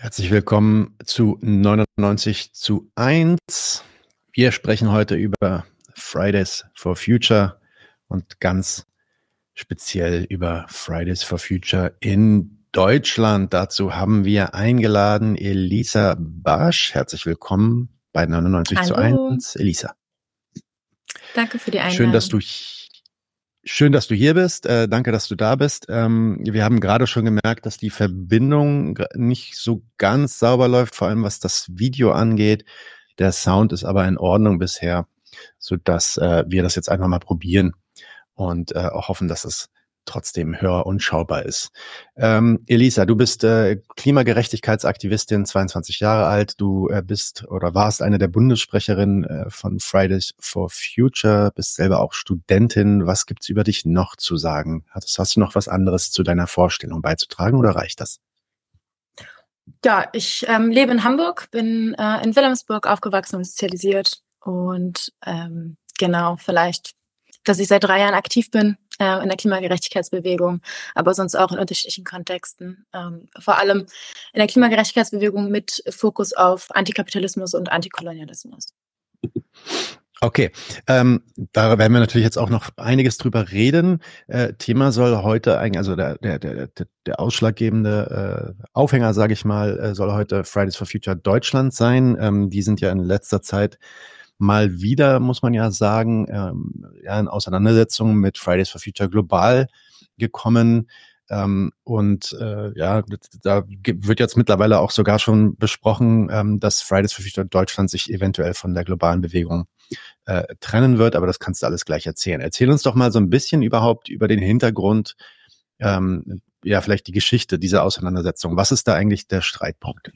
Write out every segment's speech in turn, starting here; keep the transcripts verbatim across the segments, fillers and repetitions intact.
Herzlich willkommen zu neunundneunzig zu eins. Wir sprechen heute über Fridays for Future und ganz speziell über Fridays for Future in Deutschland. Dazu haben wir eingeladen Elisa Barsch. Herzlich willkommen bei neunundneunzig zu eins. Elisa. Danke für die Einladung. Schön, dass du Schön, dass du hier bist. Äh, danke, dass du da bist. Ähm, wir haben gerade schon gemerkt, dass die Verbindung nicht so ganz sauber läuft, vor allem was das Video angeht. Der Sound ist aber in Ordnung bisher, sodass äh, wir das jetzt einfach mal probieren und äh, auch hoffen, dass es trotzdem hör- und schaubar ist. Ähm, Elisa, du bist äh, Klimagerechtigkeitsaktivistin, zweiundzwanzig Jahre alt. Du äh, bist oder warst eine der Bundessprecherinnen äh, von Fridays for Future, bist selber auch Studentin. Was gibt's über dich noch zu sagen? Hast, hast du noch was anderes zu deiner Vorstellung beizutragen oder reicht das? Ja, ich ähm, lebe in Hamburg, bin äh, in Wilhelmsburg aufgewachsen und sozialisiert und ähm, genau, vielleicht, dass ich seit drei Jahren aktiv bin äh, in der Klimagerechtigkeitsbewegung, aber sonst auch in unterschiedlichen Kontexten. Ähm, vor allem in der Klimagerechtigkeitsbewegung mit Fokus auf Antikapitalismus und Antikolonialismus. Okay, ähm, da werden wir natürlich jetzt auch noch einiges drüber reden. Äh, Thema soll heute eigentlich, also der der der der ausschlaggebende äh, Aufhänger, sage ich mal, äh, soll heute Fridays for Future Deutschland sein. Ähm, die sind ja in letzter Zeit mal wieder, muss man ja sagen, ähm, ja, in Auseinandersetzungen mit Fridays for Future global gekommen. Ähm, und äh, ja, da wird jetzt mittlerweile auch sogar schon besprochen, ähm, dass Fridays for Future Deutschland sich eventuell von der globalen Bewegung äh, trennen wird, aber das kannst du alles gleich erzählen. Erzähl uns doch mal so ein bisschen überhaupt über den Hintergrund, ähm, ja, vielleicht die Geschichte dieser Auseinandersetzung. Was ist da eigentlich der Streitpunkt?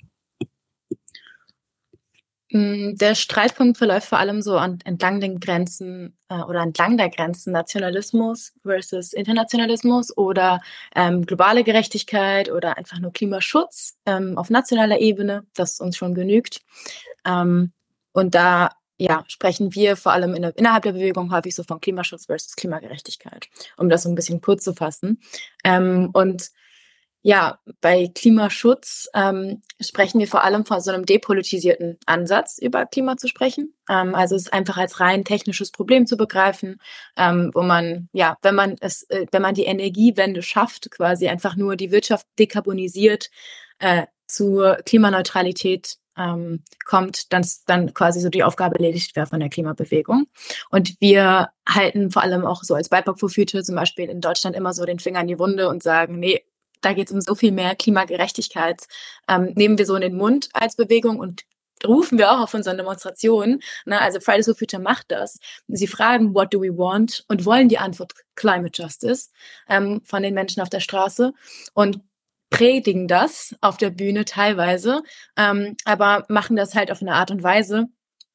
Der Streitpunkt verläuft vor allem so an, entlang den Grenzen äh, oder entlang der Grenzen Nationalismus versus Internationalismus oder ähm, globale Gerechtigkeit oder einfach nur Klimaschutz ähm, auf nationaler Ebene, das uns schon genügt. Ähm, und da ja, sprechen wir vor allem in der, innerhalb der Bewegung häufig so von Klimaschutz versus Klimagerechtigkeit, um das so ein bisschen kurz zu fassen. Ähm, und Ja, bei Klimaschutz ähm, sprechen wir vor allem von so einem depolitisierten Ansatz, über Klima zu sprechen. Ähm, also es einfach als rein technisches Problem zu begreifen, ähm, wo man, ja, wenn man es, äh, wenn man die Energiewende schafft, quasi einfach nur die Wirtschaft dekarbonisiert, äh, zur Klimaneutralität ähm, kommt, dann, dann quasi so die Aufgabe erledigt wäre von der Klimabewegung. Und wir halten vor allem auch so als B I P O C for Future zum Beispiel in Deutschland immer so den Finger in die Wunde und sagen, nee, da geht es um so viel mehr Klimagerechtigkeit, ähm, nehmen wir so in den Mund als Bewegung und rufen wir auch auf unseren Demonstrationen. Ne? Also Fridays for Future macht das. Sie fragen, what do we want? Und wollen die Antwort Climate Justice ähm, von den Menschen auf der Straße und predigen das auf der Bühne teilweise, ähm, aber machen das halt auf eine Art und Weise,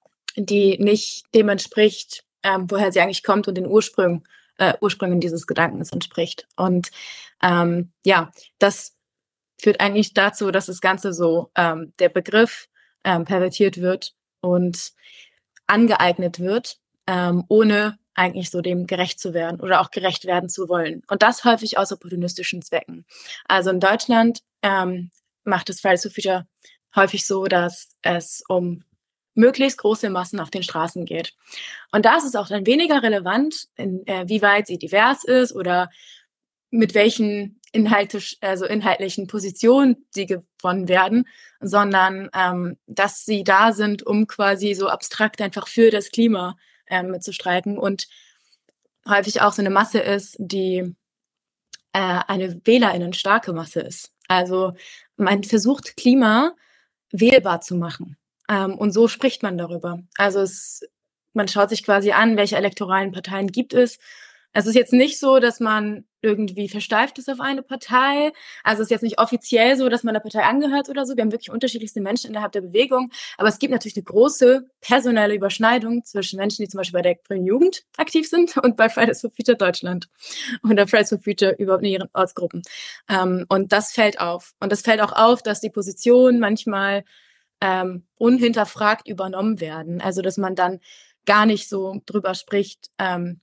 die nicht dem entspricht, ähm, woher sie eigentlich kommt und den Ursprüngen Äh, Ursprüngen dieses Gedankens entspricht. Und ähm, ja, das führt eigentlich dazu, dass das Ganze so, ähm, der Begriff ähm, pervertiert wird und angeeignet wird, ähm, ohne eigentlich so dem gerecht zu werden oder auch gerecht werden zu wollen. Und das häufig aus opportunistischen Zwecken. Also in Deutschland ähm, macht es Fridays for Future häufig so, dass es um möglichst große Massen auf den Straßen geht. Und da ist es auch dann weniger relevant, inwieweit sie divers ist oder mit welchen Inhalte, also inhaltlichen Positionen sie gewonnen werden, sondern ähm, dass sie da sind, um quasi so abstrakt einfach für das Klima ähm, mitzustreiken und häufig auch so eine Masse ist, die äh, eine WählerInnen starke Masse ist. Also man versucht, Klima wählbar zu machen. Ähm, und so spricht man darüber. Also es, man schaut sich quasi an, welche elektoralen Parteien gibt es. Es ist jetzt nicht so, dass man irgendwie versteift ist auf eine Partei. Also es ist jetzt nicht offiziell so, dass man der Partei angehört oder so. Wir haben wirklich unterschiedlichste Menschen innerhalb der Bewegung. Aber es gibt natürlich eine große personelle Überschneidung zwischen Menschen, die zum Beispiel bei der Grünen Jugend aktiv sind und bei Fridays for Future Deutschland oder Fridays for Future überhaupt in ihren Ortsgruppen. Ähm, und das fällt auf. Und das fällt auch auf, dass die Positionen manchmal ähm, unhinterfragt übernommen werden. Also dass man dann gar nicht so drüber spricht, ähm,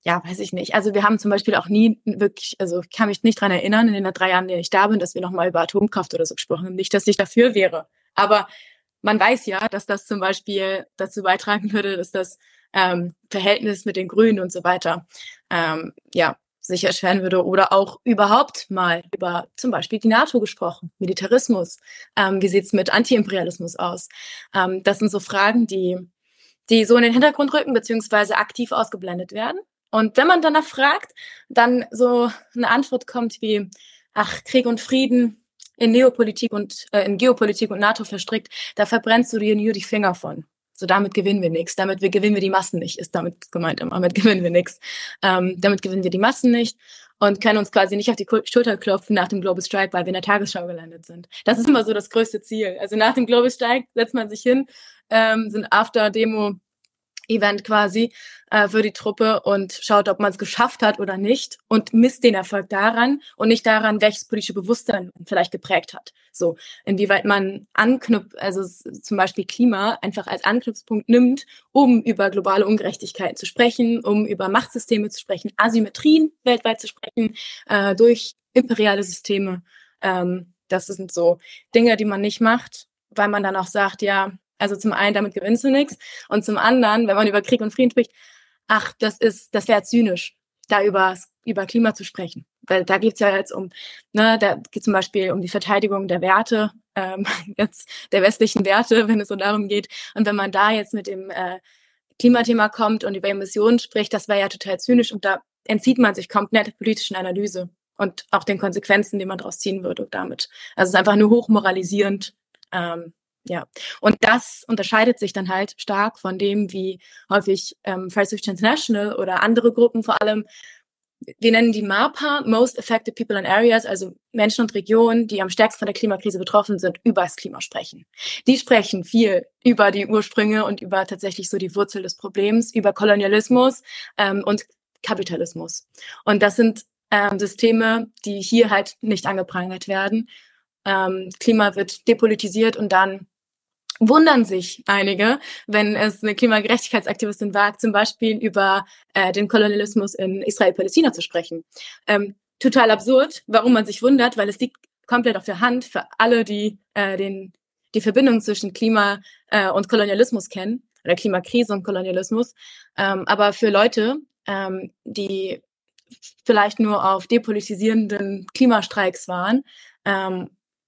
ja, weiß ich nicht. Also wir haben zum Beispiel auch nie wirklich, also ich kann mich nicht dran erinnern, in den drei Jahren, in denen ich da bin, dass wir nochmal über Atomkraft oder so gesprochen haben. Nicht, dass ich dafür wäre. Aber man weiß ja, dass das zum Beispiel dazu beitragen würde, dass das ähm, Verhältnis mit den Grünen und so weiter ähm, ja, sich erschweren würde. Oder auch überhaupt mal über zum Beispiel die NATO gesprochen, Militarismus. Ähm, wie sieht's mit Antiimperialismus aus? Ähm, das sind so Fragen, die, die so in den Hintergrund rücken, beziehungsweise aktiv ausgeblendet werden. Und wenn man danach fragt, dann so eine Antwort kommt wie, ach, Krieg und Frieden in Neopolitik und äh, in Geopolitik und NATO verstrickt, da verbrennst du dir nur die Finger von. So, damit gewinnen wir nichts. Damit wir, gewinnen wir die Massen nicht, ist damit gemeint immer. Damit gewinnen wir nichts. Ähm, damit gewinnen wir die Massen nicht und können uns quasi nicht auf die Schulter klopfen nach dem Global Strike, weil wir in der Tagesschau gelandet sind. Das ist immer so das größte Ziel. Also nach dem Global Strike setzt man sich hin, ähm, so ein After-Demo Event quasi äh, für die Truppe und schaut, ob man es geschafft hat oder nicht und misst den Erfolg daran und nicht daran, welches politische Bewusstsein man vielleicht geprägt hat. So, inwieweit man anknüpft, also zum Beispiel Klima einfach als Anknüpfpunkt nimmt, um über globale Ungerechtigkeiten zu sprechen, um über Machtsysteme zu sprechen, Asymmetrien weltweit zu sprechen, äh, durch imperiale Systeme. Ähm, das sind so Dinge, die man nicht macht, weil man dann auch sagt, ja, also zum einen, damit gewinnst du nichts. Und zum anderen, wenn man über Krieg und Frieden spricht, ach, das ist, das wäre zynisch, da über, über Klima zu sprechen. Weil da geht's ja jetzt um, ne, da geht zum Beispiel um die Verteidigung der Werte, ähm, jetzt der westlichen Werte, wenn es so darum geht. Und wenn man da jetzt mit dem äh, Klimathema kommt und über Emissionen spricht, das wäre ja total zynisch. Und da entzieht man sich komplett der politischen Analyse und auch den Konsequenzen, die man daraus ziehen würde damit. Also es ist einfach nur hochmoralisierend, ähm, ja, und das unterscheidet sich dann halt stark von dem, wie häufig ähm, Fridays for Future International oder andere Gruppen vor allem, wir nennen die MAPA, Most Affected People in Areas, also Menschen und Regionen, die am stärksten von der Klimakrise betroffen sind, über das Klima sprechen. Die sprechen viel über die Ursprünge und über tatsächlich so die Wurzel des Problems, über Kolonialismus ähm, und Kapitalismus. Und das sind ähm, Systeme, die hier halt nicht angeprangert werden. Ähm, Klima wird depolitisiert und dann wundern sich einige, wenn es eine Klimagerechtigkeitsaktivistin wagt, zum Beispiel über äh, den Kolonialismus in Israel-Palästina zu sprechen. Ähm, total absurd, warum man sich wundert, weil es liegt komplett auf der Hand für alle, die äh, den, die Verbindung zwischen Klima äh, und Kolonialismus kennen, oder Klimakrise und Kolonialismus. Ähm, aber für Leute, ähm, die vielleicht nur auf depolitisierenden Klimastreiks waren, ähm,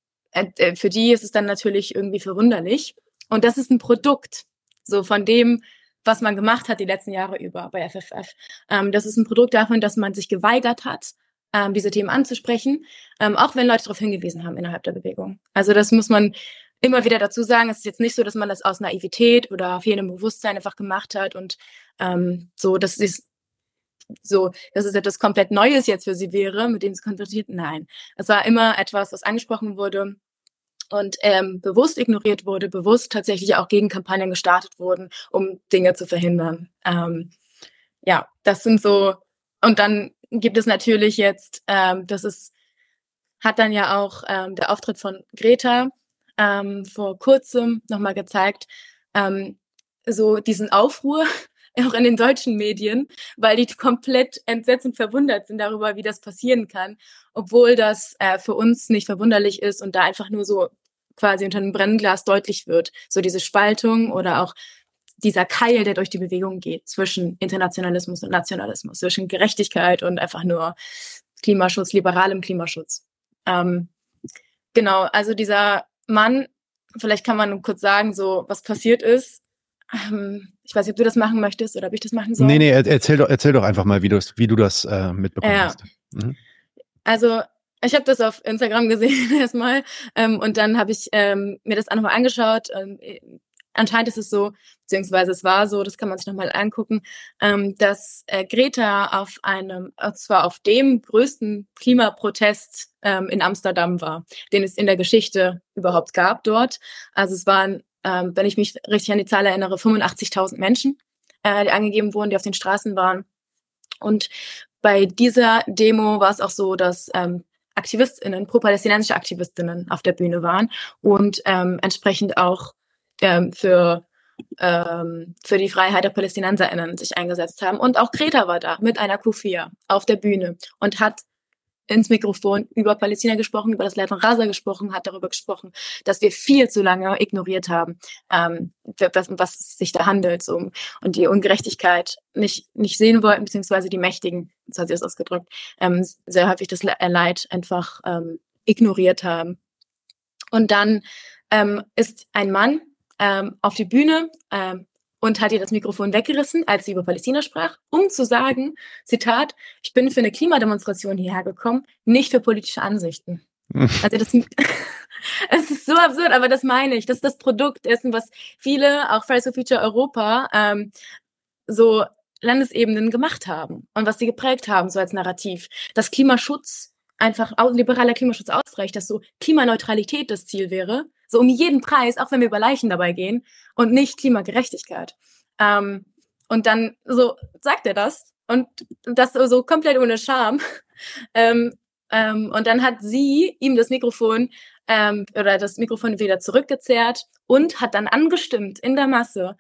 für die ist es dann natürlich irgendwie verwunderlich. Und das ist ein Produkt so von dem, was man gemacht hat die letzten Jahre über bei F F F. Ähm, das ist ein Produkt davon, dass man sich geweigert hat, ähm, diese Themen anzusprechen, ähm, auch wenn Leute darauf hingewiesen haben innerhalb der Bewegung. Also das muss man immer wieder dazu sagen. Es ist jetzt nicht so, dass man das aus Naivität oder fehlendem Bewusstsein einfach gemacht hat und ähm, so, das ist so, dass es etwas komplett Neues jetzt für sie wäre, mit dem sie konfrontiert. Nein, es war immer etwas, was angesprochen wurde und ähm, bewusst ignoriert wurde, bewusst tatsächlich auch Gegenkampagnen gestartet wurden, um Dinge zu verhindern. Ähm, ja, das sind so, und dann gibt es natürlich jetzt, ähm, das ist, hat dann ja auch ähm, der Auftritt von Greta ähm, vor kurzem nochmal gezeigt, ähm, so diesen Aufruhr, auch in den deutschen Medien, weil die komplett entsetzt und verwundert sind darüber, wie das passieren kann, obwohl das äh, für uns nicht verwunderlich ist und da einfach nur so quasi unter einem Brennglas deutlich wird. So diese Spaltung oder auch dieser Keil, der durch die Bewegung geht zwischen Internationalismus und Nationalismus, zwischen Gerechtigkeit und einfach nur Klimaschutz, liberalem Klimaschutz. Ähm, genau, also dieser Mann, vielleicht kann man kurz sagen, so was passiert ist. Ähm, ich weiß nicht, ob du das machen möchtest oder ob ich das machen soll. Nee, nee, erzähl doch, erzähl doch einfach mal, wie, wie du das äh, mitbekommen ja. hast. Mhm. Also ich habe das auf Instagram gesehen erstmal ähm, und dann habe ich ähm, mir das auch nochmal angeschaut. Ähm, anscheinend ist es so, beziehungsweise es war so, das kann man sich nochmal angucken, ähm, dass äh, Greta auf einem, und zwar auf dem größten Klimaprotest ähm, in Amsterdam war, den es in der Geschichte überhaupt gab dort. Also es waren, ähm, wenn ich mich richtig an die Zahl erinnere, fünfundachtzigtausend Menschen, äh, die angegeben wurden, die auf den Straßen waren. Und bei dieser Demo war es auch so, dass ähm, AktivistInnen, pro-palästinensische AktivistInnen auf der Bühne waren und ähm, entsprechend auch ähm, für ähm, für die Freiheit der PalästinenserInnen sich eingesetzt haben. Und auch Greta war da mit einer Q vier auf der Bühne und hat ins Mikrofon über Palästina gesprochen, über das Leid von Gaza gesprochen, hat darüber gesprochen, dass wir viel zu lange ignoriert haben, ähm, was, was sich da handelt, so, und die Ungerechtigkeit nicht nicht sehen wollten, beziehungsweise die Mächtigen, so hat sie das ausgedrückt, ähm, sehr häufig das Leid einfach ähm, ignoriert haben. Und dann ähm, ist ein Mann ähm, auf die Bühne ähm, und hat ihr das Mikrofon weggerissen, als sie über Palästina sprach, um zu sagen, Zitat, ich bin für eine Klimademonstration hierher gekommen, nicht für politische Ansichten. Also das, es ist so absurd, aber das meine ich. Das ist das Produkt dessen, was viele, auch Fridays for Future Europa, ähm, so Landesebenen gemacht haben und was sie geprägt haben, so als Narrativ. Dass Klimaschutz einfach, liberaler Klimaschutz ausreicht, dass so Klimaneutralität das Ziel wäre, so um jeden Preis, auch wenn wir über Leichen dabei gehen, und nicht Klimagerechtigkeit. Ähm, und dann so sagt er das und das so komplett ohne Scham. ähm, ähm, und dann hat sie ihm das Mikrofon ähm, oder das Mikrofon wieder zurückgezerrt und hat dann angestimmt in der Masse,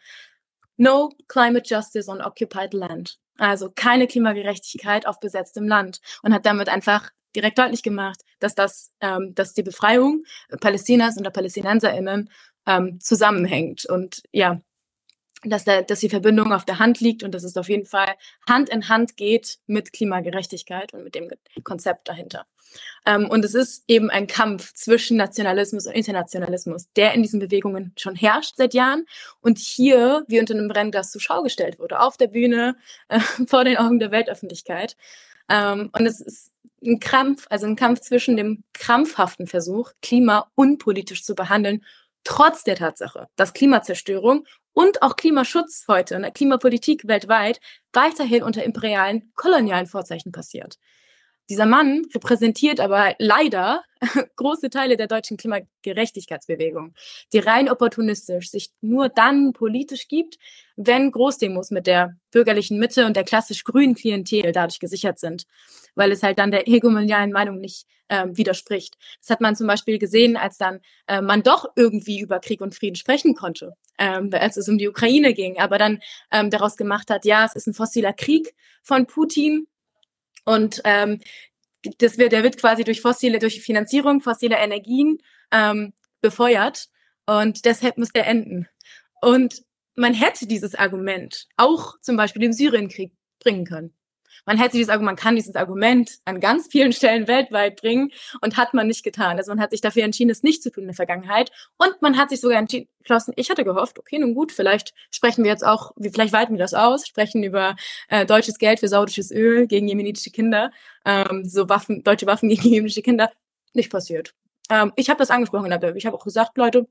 no climate justice on occupied land. Also keine Klimagerechtigkeit auf besetztem Land, und hat damit einfach direkt deutlich gemacht, dass das, ähm, dass die Befreiung Palästinas und der PalästinenserInnen ähm, zusammenhängt und ja, dass, der, dass die Verbindung auf der Hand liegt und dass es auf jeden Fall Hand in Hand geht mit Klimagerechtigkeit und mit dem Konzept dahinter. Ähm, und es ist eben ein Kampf zwischen Nationalismus und Internationalismus, der in diesen Bewegungen schon herrscht seit Jahren und hier wie unter einem Brennglas zur Schau gestellt wurde, auf der Bühne, äh, vor den Augen der Weltöffentlichkeit. Ähm, und es ist ein Kampf, also ein Kampf zwischen dem krampfhaften Versuch, Klima unpolitisch zu behandeln, trotz der Tatsache, dass Klimazerstörung und auch Klimaschutz heute, ne, Klimapolitik weltweit, weiterhin unter imperialen, kolonialen Vorzeichen passiert. Dieser Mann repräsentiert aber leider große Teile der deutschen Klimagerechtigkeitsbewegung, die rein opportunistisch sich nur dann politisch gibt, wenn Großdemos mit der bürgerlichen Mitte und der klassisch grünen Klientel dadurch gesichert sind, weil es halt dann der hegemonialen Meinung nicht ähm, widerspricht. Das hat man zum Beispiel gesehen, als dann äh, man doch irgendwie über Krieg und Frieden sprechen konnte, ähm, als es um die Ukraine ging, aber dann ähm, daraus gemacht hat, ja, es ist ein fossiler Krieg von Putin. Und ähm, das wird, der wird quasi durch fossile, durch Finanzierung fossiler Energien ähm, befeuert und deshalb muss der enden. Und man hätte dieses Argument auch zum Beispiel im Syrienkrieg bringen können. Man hätte dieses Argument, man kann dieses Argument an ganz vielen Stellen weltweit bringen und hat man nicht getan. Also man hat sich dafür entschieden, es nicht zu tun in der Vergangenheit und man hat sich sogar entschlossen, ich hatte gehofft, okay, nun gut, vielleicht sprechen wir jetzt auch, vielleicht weiten wir das aus, sprechen über äh, deutsches Geld für saudisches Öl gegen jemenitische Kinder, ähm, so Waffen, deutsche Waffen gegen jemenitische Kinder, nicht passiert. Ähm, ich habe das angesprochen, ich habe auch gesagt, Leute,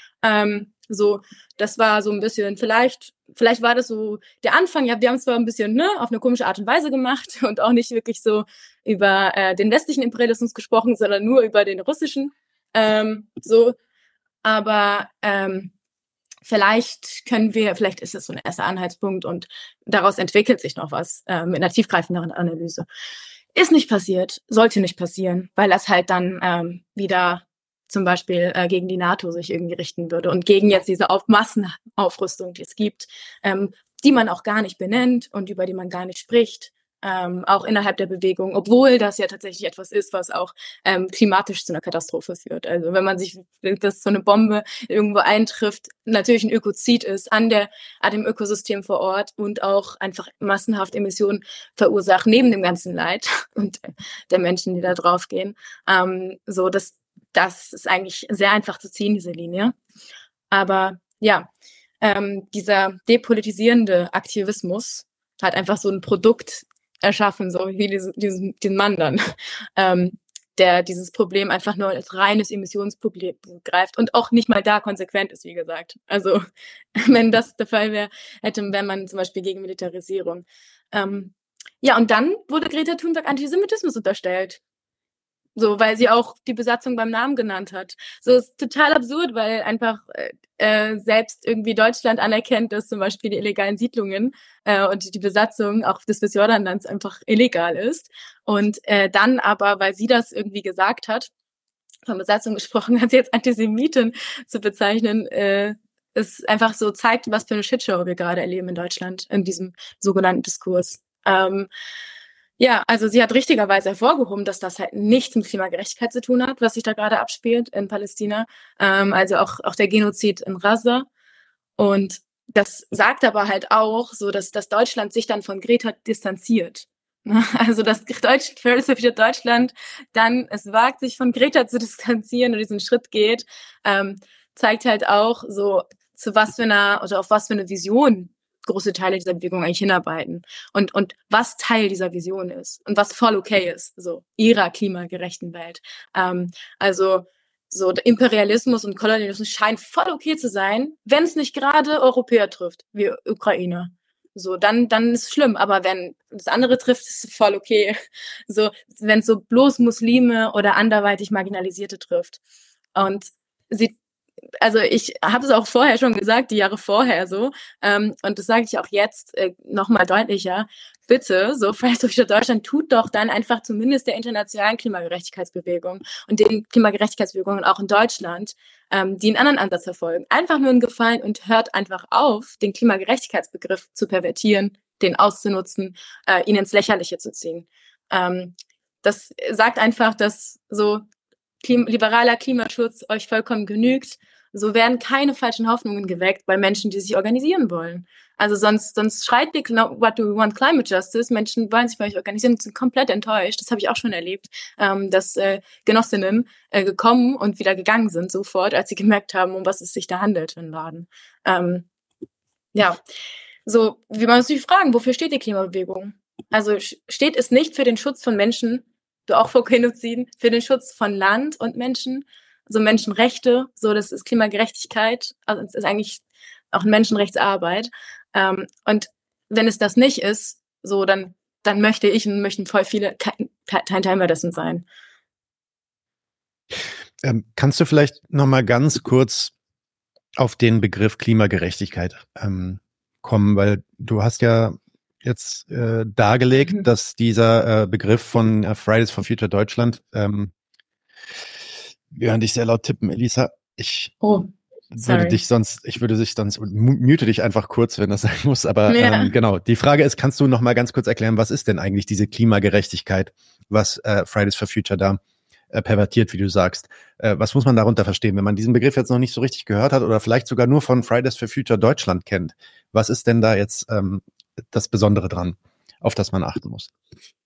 ähm, so, das war so ein bisschen, vielleicht, vielleicht war das so der Anfang, ja, wir haben es zwar ein bisschen, ne, auf eine komische Art und Weise gemacht und auch nicht wirklich so über äh, den westlichen Imperialismus gesprochen, sondern nur über den russischen, ähm, so, aber ähm, vielleicht können wir, vielleicht ist es so ein erster Anhaltspunkt und daraus entwickelt sich noch was äh, mit einer tiefgreifenderen Analyse. Ist nicht passiert, sollte nicht passieren, weil das halt dann ähm, wieder zum Beispiel äh, gegen die NATO sich irgendwie richten würde und gegen jetzt diese Auf- Massenaufrüstung, die es gibt, ähm, die man auch gar nicht benennt und über die man gar nicht spricht, ähm, auch innerhalb der Bewegung, obwohl das ja tatsächlich etwas ist, was auch ähm, klimatisch zu einer Katastrophe führt. Also wenn man sich, dass so eine Bombe irgendwo eintrifft, natürlich ein Ökozid ist an der an dem Ökosystem vor Ort und auch einfach massenhaft Emissionen verursacht, neben dem ganzen Leid und der Menschen, die da draufgehen. Ähm, so, das Das ist eigentlich sehr einfach zu ziehen, diese Linie. Aber ja, ähm, dieser depolitisierende Aktivismus hat einfach so ein Produkt erschaffen, so wie diese, diesen, den Mann dann, ähm, der dieses Problem einfach nur als reines Emissionsproblem greift und auch nicht mal da konsequent ist, wie gesagt. Also wenn das der Fall wäre, hätte wäre man zum Beispiel gegen Militarisierung. Ähm, ja, und dann wurde Greta Thunberg Antisemitismus unterstellt. So, weil sie auch die Besatzung beim Namen genannt hat. So, ist total absurd, weil einfach äh, selbst irgendwie Deutschland anerkennt, dass zum Beispiel die illegalen Siedlungen äh, und die Besatzung auch des Westjordanlands einfach illegal ist. Und äh, dann aber, weil sie das irgendwie gesagt hat, von Besatzung gesprochen hat, sie jetzt Antisemitin zu bezeichnen, äh, es einfach so zeigt, was für eine Shitshow wir gerade erleben in Deutschland in diesem sogenannten Diskurs. Ähm, ja, also sie hat richtigerweise hervorgehoben, dass das halt nichts mit Klimagerechtigkeit zu tun hat, was sich da gerade abspielt in Palästina. Ähm, also auch, auch der Genozid in Raza. Und das sagt aber halt auch so, dass, dass Deutschland sich dann von Greta distanziert. Also dass Deutsch, Fridays for Future Deutschland dann es wagt, sich von Greta zu distanzieren und diesen Schritt geht, ähm, zeigt halt auch so, zu was für einer oder auf was für eine Vision große Teile dieser Bewegung eigentlich hinarbeiten und und was Teil dieser Vision ist und was voll okay ist, so ihrer klimagerechten Welt. Ähm, also so der Imperialismus und Kolonialismus scheint voll okay zu sein, wenn es nicht gerade Europäer trifft, wie Ukraine. So, dann, dann ist es schlimm. Aber wenn das andere trifft, ist es voll okay. So, wenn es so bloß Muslime oder anderweitig Marginalisierte trifft. Und sie, also ich habe es auch vorher schon gesagt, die Jahre vorher so, ähm, und das sage ich auch jetzt äh, nochmal deutlicher. Bitte, so Fridays for Future Deutschland, tut doch dann einfach zumindest der internationalen Klimagerechtigkeitsbewegung und den Klimagerechtigkeitsbewegungen auch in Deutschland, ähm, die einen anderen Ansatz verfolgen. Einfach nur einen Gefallen und hört einfach auf, den Klimagerechtigkeitsbegriff zu pervertieren, den auszunutzen, äh, ihn ins Lächerliche zu ziehen. Ähm, das sagt einfach, dass so Klim- liberaler Klimaschutz euch vollkommen genügt. So werden keine falschen Hoffnungen geweckt bei Menschen, die sich organisieren wollen. Also sonst, sonst schreit Big no, What do we want? Climate Justice. Menschen wollen sich bei euch organisieren und sind komplett enttäuscht. Das habe ich auch schon erlebt, ähm, dass äh, Genossinnen äh, gekommen und wieder gegangen sind sofort, als sie gemerkt haben, um was es sich da handelt im Laden. Ähm, ja, so wie man sich fragen, wofür steht die Klimabewegung? Also steht es nicht für den Schutz von Menschen, du auch vor Genoziden, für den Schutz von Land und Menschen, so Menschenrechte, so das ist Klimagerechtigkeit, also es ist eigentlich auch eine Menschenrechtsarbeit. Ähm, und wenn es das nicht ist, so dann dann möchte ich und möchten voll viele kein, kein Teil mehr dessen sein. Ähm, kannst du vielleicht noch mal ganz kurz auf den Begriff Klimagerechtigkeit ähm, kommen, weil du hast ja jetzt äh, dargelegt, mhm. dass dieser äh, Begriff von äh, Fridays for Future Deutschland, ähm, wir hören dich sehr laut tippen, Elisa, ich oh, würde dich sonst, ich würde dich sonst, mute dich einfach kurz, wenn das sein muss, aber ja. ähm, genau, die Frage ist, kannst du noch mal ganz kurz erklären, was ist denn eigentlich diese Klimagerechtigkeit, was äh, Fridays for Future da äh, pervertiert, wie du sagst. Äh, was muss man darunter verstehen, wenn man diesen Begriff jetzt noch nicht so richtig gehört hat oder vielleicht sogar nur von Fridays for Future Deutschland kennt? Was ist denn da jetzt ähm, das Besondere dran, auf das man achten muss?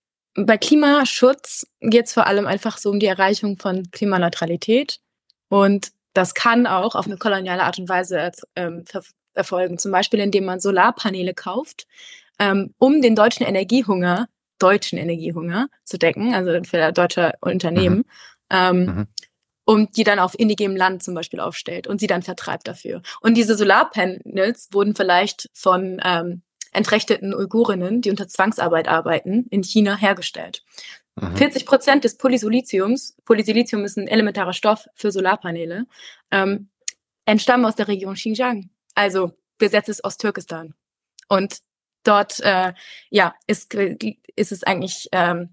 Bei Klimaschutz geht es vor allem einfach so um die Erreichung von Klimaneutralität und das kann auch auf eine koloniale Art und Weise ähm, erfolgen, zum Beispiel indem man Solarpaneele kauft, ähm, um den deutschen Energiehunger, deutschen Energiehunger zu decken, also für deutsche Unternehmen, mhm. ähm, mhm. und die dann auf indigenem Land zum Beispiel aufstellt und sie dann vertreibt dafür. Und diese Solarpanels wurden vielleicht von ähm, entrechteten Uigurinnen, die unter Zwangsarbeit arbeiten, in China hergestellt. Mhm. vierzig Prozent des Polysiliciums, Polysilicium ist ein elementarer Stoff für Solarpaneele, ähm, entstammen aus der Region Xinjiang, also besetztes Osttürkestan. Und dort, äh, ja, ist, ist es eigentlich, ähm,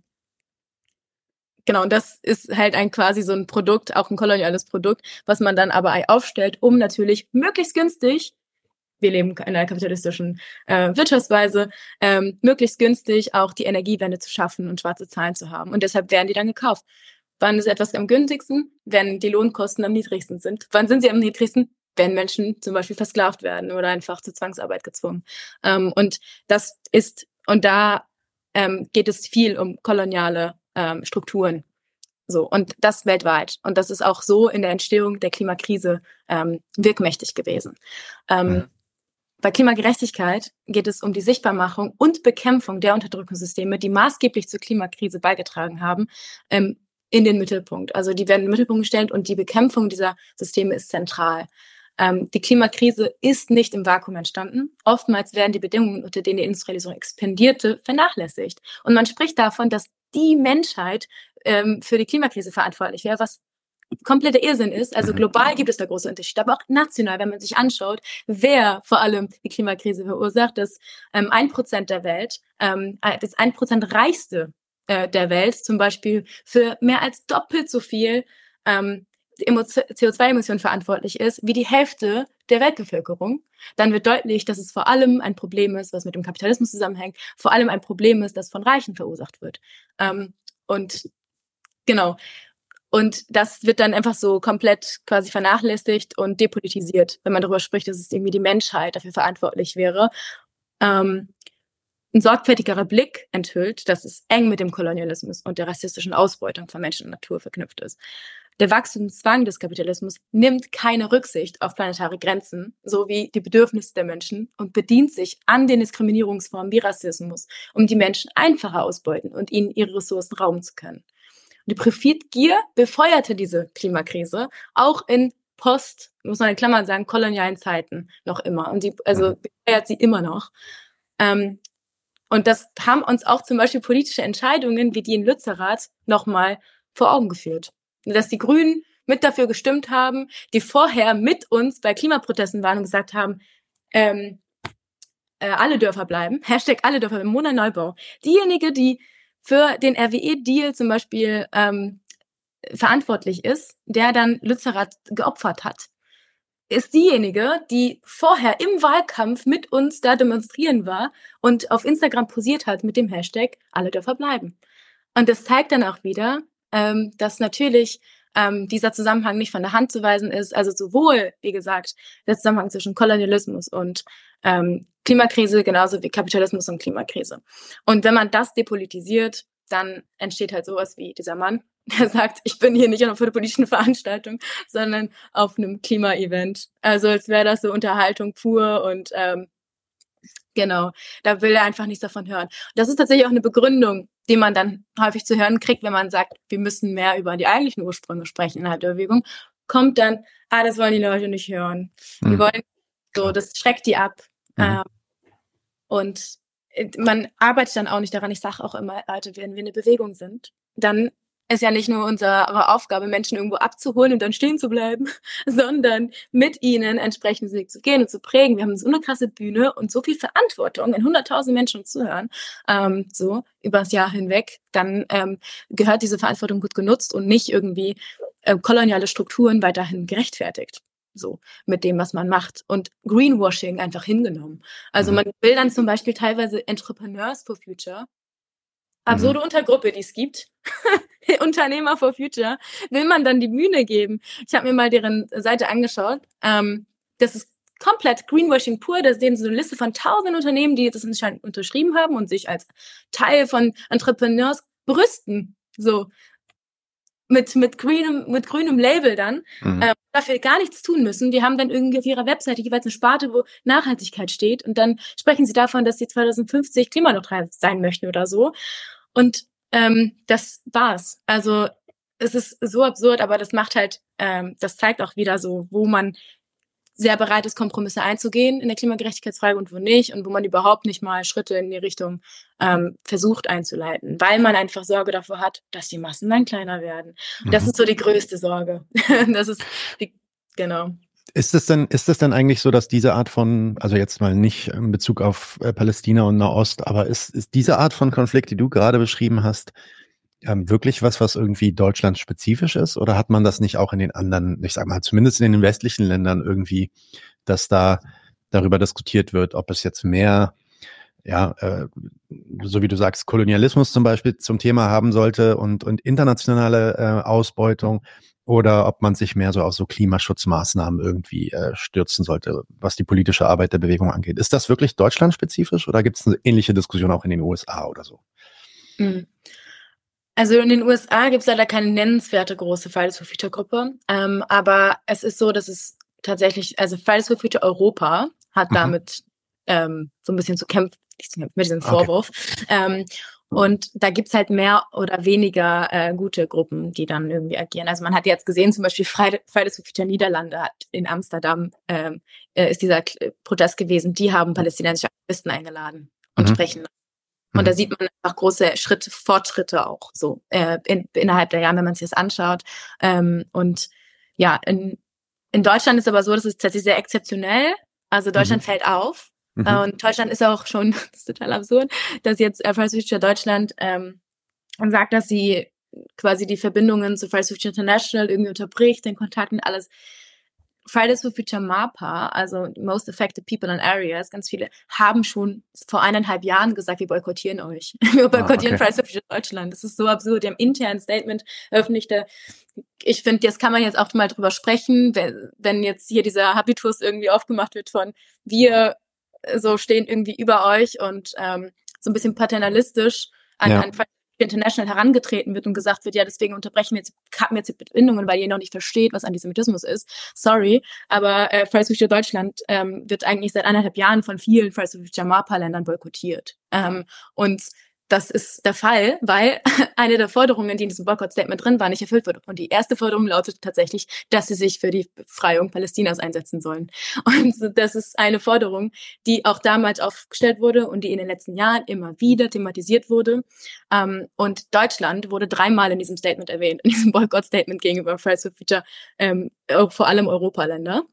genau, und das ist halt ein quasi so ein Produkt, auch ein koloniales Produkt, was man dann aber aufstellt, um natürlich möglichst günstig, wir leben in einer kapitalistischen äh, Wirtschaftsweise, ähm, möglichst günstig auch die Energiewende zu schaffen und schwarze Zahlen zu haben. Und deshalb werden die dann gekauft. Wann ist etwas am günstigsten? Wenn die Lohnkosten am niedrigsten sind. Wann sind sie am niedrigsten? Wenn Menschen zum Beispiel versklavt werden oder einfach zur Zwangsarbeit gezwungen. Ähm, und das ist, und da ähm, geht es viel um koloniale ähm, Strukturen. So, und das weltweit. Und das ist auch so in der Entstehung der Klimakrise ähm, wirkmächtig gewesen. Ähm, mhm. Bei Klimagerechtigkeit geht es um die Sichtbarmachung und Bekämpfung der Unterdrückungssysteme, die maßgeblich zur Klimakrise beigetragen haben, ähm, in den Mittelpunkt. Also die werden in den Mittelpunkt gestellt und die Bekämpfung dieser Systeme ist zentral. Ähm, die Klimakrise ist nicht im Vakuum entstanden. Oftmals werden die Bedingungen, unter denen die Industrialisierung expandierte, vernachlässigt. Und man spricht davon, dass die Menschheit ähm, für die Klimakrise verantwortlich wäre, was kompletter Irrsinn ist. Also global gibt es da große Unterschiede, aber auch national, wenn man sich anschaut, wer vor allem die Klimakrise verursacht, dass ähm, ein Prozent der Welt, ähm, das ein Prozent reichste äh, der Welt zum Beispiel für mehr als doppelt so viel ähm, C O zwei Emissionen verantwortlich ist, wie die Hälfte der Weltbevölkerung, dann wird deutlich, dass es vor allem ein Problem ist, was mit dem Kapitalismus zusammenhängt, vor allem ein Problem ist, das von Reichen verursacht wird. Ähm, und genau. Und das wird dann einfach so komplett quasi vernachlässigt und depolitisiert, wenn man darüber spricht, dass es irgendwie die Menschheit dafür verantwortlich wäre. Ähm, ein sorgfältigerer Blick enthüllt, dass es eng mit dem Kolonialismus und der rassistischen Ausbeutung von Menschen und Natur verknüpft ist. Der Wachstumszwang des Kapitalismus nimmt keine Rücksicht auf planetare Grenzen sowie die Bedürfnisse der Menschen und bedient sich an den Diskriminierungsformen wie Rassismus, um die Menschen einfacher ausbeuten und ihnen ihre Ressourcen rauben zu können. Die Profitgier befeuerte diese Klimakrise auch in Post, muss man in Klammern sagen, kolonialen Zeiten noch immer. Und die, also befeuert sie immer noch. Ähm, und das haben uns auch zum Beispiel politische Entscheidungen wie die in Lützerath nochmal vor Augen geführt. Dass die Grünen mit dafür gestimmt haben, die vorher mit uns bei Klimaprotesten waren und gesagt haben, ähm, äh, alle Dörfer bleiben, Hashtag alle Dörfer im Mona Neubau. Diejenige, die für den R W E-Deal zum Beispiel ähm, verantwortlich ist, der dann Lützerath geopfert hat, ist diejenige, die vorher im Wahlkampf mit uns da demonstrieren war und auf Instagram posiert hat mit dem Hashtag alle Dörfer bleiben. Und das zeigt dann auch wieder, ähm, dass natürlich ähm, dieser Zusammenhang nicht von der Hand zu weisen ist. Also sowohl, wie gesagt, der Zusammenhang zwischen Kolonialismus und ähm, Klimakrise, genauso wie Kapitalismus und Klimakrise. Und wenn man das depolitisiert, dann entsteht halt sowas wie dieser Mann, der sagt, ich bin hier nicht auf einer politischen Veranstaltung, sondern auf einem Klima-Event. Also als wäre das so Unterhaltung pur und ähm, genau, da will er einfach nichts davon hören. Das ist tatsächlich auch eine Begründung, die man dann häufig zu hören kriegt, wenn man sagt, wir müssen mehr über die eigentlichen Ursprünge sprechen innerhalb der Bewegung, kommt dann, ah, das wollen die Leute nicht hören. Die mhm. wollen so, das schreckt die ab. Mhm. Ähm, und man arbeitet dann auch nicht daran. Ich sage auch immer, Leute, wenn wir eine Bewegung sind, dann ist ja nicht nur unsere Aufgabe, Menschen irgendwo abzuholen und dann stehen zu bleiben, sondern mit ihnen entsprechend den Weg zu gehen und zu prägen. Wir haben so eine krasse Bühne und so viel Verantwortung, wenn hunderttausend Menschen uns zuhören, ähm, so über das Jahr hinweg, dann ähm, gehört diese Verantwortung gut genutzt und nicht irgendwie äh, koloniale Strukturen weiterhin gerechtfertigt. So, mit dem, was man macht. Und Greenwashing einfach hingenommen. Also man will dann zum Beispiel teilweise Entrepreneurs for Future, absurde mhm. Untergruppe, die es gibt, Unternehmer for Future, will man dann die Bühne geben. Ich habe mir mal deren Seite angeschaut. Ähm, das ist komplett Greenwashing pur. Da sehen so eine Liste von tausend Unternehmen, die das anscheinend unterschrieben haben und sich als Teil von Entrepreneurs brüsten. So. Mit, mit grünem, mit grünem Label dann, mhm. äh, dafür gar nichts tun müssen. Die haben dann irgendwie auf ihrer Webseite jeweils eine Sparte, wo Nachhaltigkeit steht und dann sprechen sie davon, dass sie zwanzig fünfzig klimaneutral sein möchten oder so. Und ähm, das war's. Also es ist so absurd, aber das macht halt, ähm, das zeigt auch wieder so, wo man sehr bereit ist, Kompromisse einzugehen in der Klimagerechtigkeitsfrage und wo nicht und wo man überhaupt nicht mal Schritte in die Richtung ähm, versucht einzuleiten, weil man einfach Sorge davor hat, dass die Massen dann kleiner werden. Mhm. Das ist so die größte Sorge. Das ist die, genau. Ist es denn, ist es denn eigentlich so, dass diese Art von, also jetzt mal nicht in Bezug auf äh, Palästina und Nahost, aber ist, ist diese Art von Konflikt, die du gerade beschrieben hast, ähm, wirklich was, was irgendwie deutschlandspezifisch ist? Oder hat man das nicht auch in den anderen, ich sag mal, zumindest in den westlichen Ländern irgendwie, dass da darüber diskutiert wird, ob es jetzt mehr, ja, äh, so wie du sagst, Kolonialismus zum Beispiel zum Thema haben sollte und, und internationale äh, Ausbeutung, oder ob man sich mehr so auf so Klimaschutzmaßnahmen irgendwie äh, stürzen sollte, was die politische Arbeit der Bewegung angeht. Ist das wirklich deutschlandspezifisch oder gibt es eine ähnliche Diskussion auch in den U S A oder so? Also in den U S A gibt es leider keine nennenswerte große Fridays for Future Gruppe, ähm, aber es ist so, dass es tatsächlich, also Fridays for Future Europa hat mhm. damit ähm, so ein bisschen zu kämpfen, nicht zu kämpfen, mit diesem Vorwurf. Okay. Ähm, Und da gibt's halt mehr oder weniger äh, gute Gruppen, die dann irgendwie agieren. Also man hat jetzt gesehen, zum Beispiel Fridays for Future Niederlande hat in Amsterdam ähm, äh, ist dieser Protest gewesen. Die haben palästinensische Aktivisten eingeladen und mhm. sprechen. Und mhm. da sieht man einfach große Schritte, Fortschritte auch so äh, in, innerhalb der Jahre, wenn man sich das anschaut. Ähm, und ja, in, in Deutschland ist aber so, das ist tatsächlich sehr exzeptionell. Also Deutschland mhm. fällt auf. Mhm. Und Deutschland ist auch schon, das ist total absurd, dass jetzt Fridays for Future Deutschland ähm, sagt, dass sie quasi die Verbindungen zu Fridays for Future International irgendwie unterbricht, den Kontakt und alles. Fridays for Future MAPA, also Most Affected People in Areas, ganz viele, haben schon vor eineinhalb Jahren gesagt, wir boykottieren euch. Wir boykottieren ah, okay. Fridays for Future Deutschland. Das ist so absurd. Die haben intern ein Statement veröffentlicht. Ich finde, jetzt kann man jetzt auch mal drüber sprechen, wenn, wenn jetzt hier dieser Habitus irgendwie aufgemacht wird von wir so stehen irgendwie über euch und ähm, so ein bisschen paternalistisch an, ja. an Fridays International herangetreten wird und gesagt wird, ja, deswegen unterbrechen wir jetzt, kappen jetzt die Bindungen, weil ihr noch nicht versteht, was Antisemitismus ist. Sorry, aber äh, Fridays for Future Deutschland ähm, wird eigentlich seit eineinhalb Jahren von vielen Fridays for Future MAPA-Ländern boykottiert. Ähm, und das ist der Fall, weil eine der Forderungen, die in diesem Boykott-Statement drin war, nicht erfüllt wurde. Und die erste Forderung lautet tatsächlich, dass sie sich für die Befreiung Palästinas einsetzen sollen. Und das ist eine Forderung, die auch damals aufgestellt wurde und die in den letzten Jahren immer wieder thematisiert wurde. Und Deutschland wurde dreimal in diesem Statement erwähnt, in diesem Boykott-Statement gegenüber Fridays for Future, vor allem Europaländer.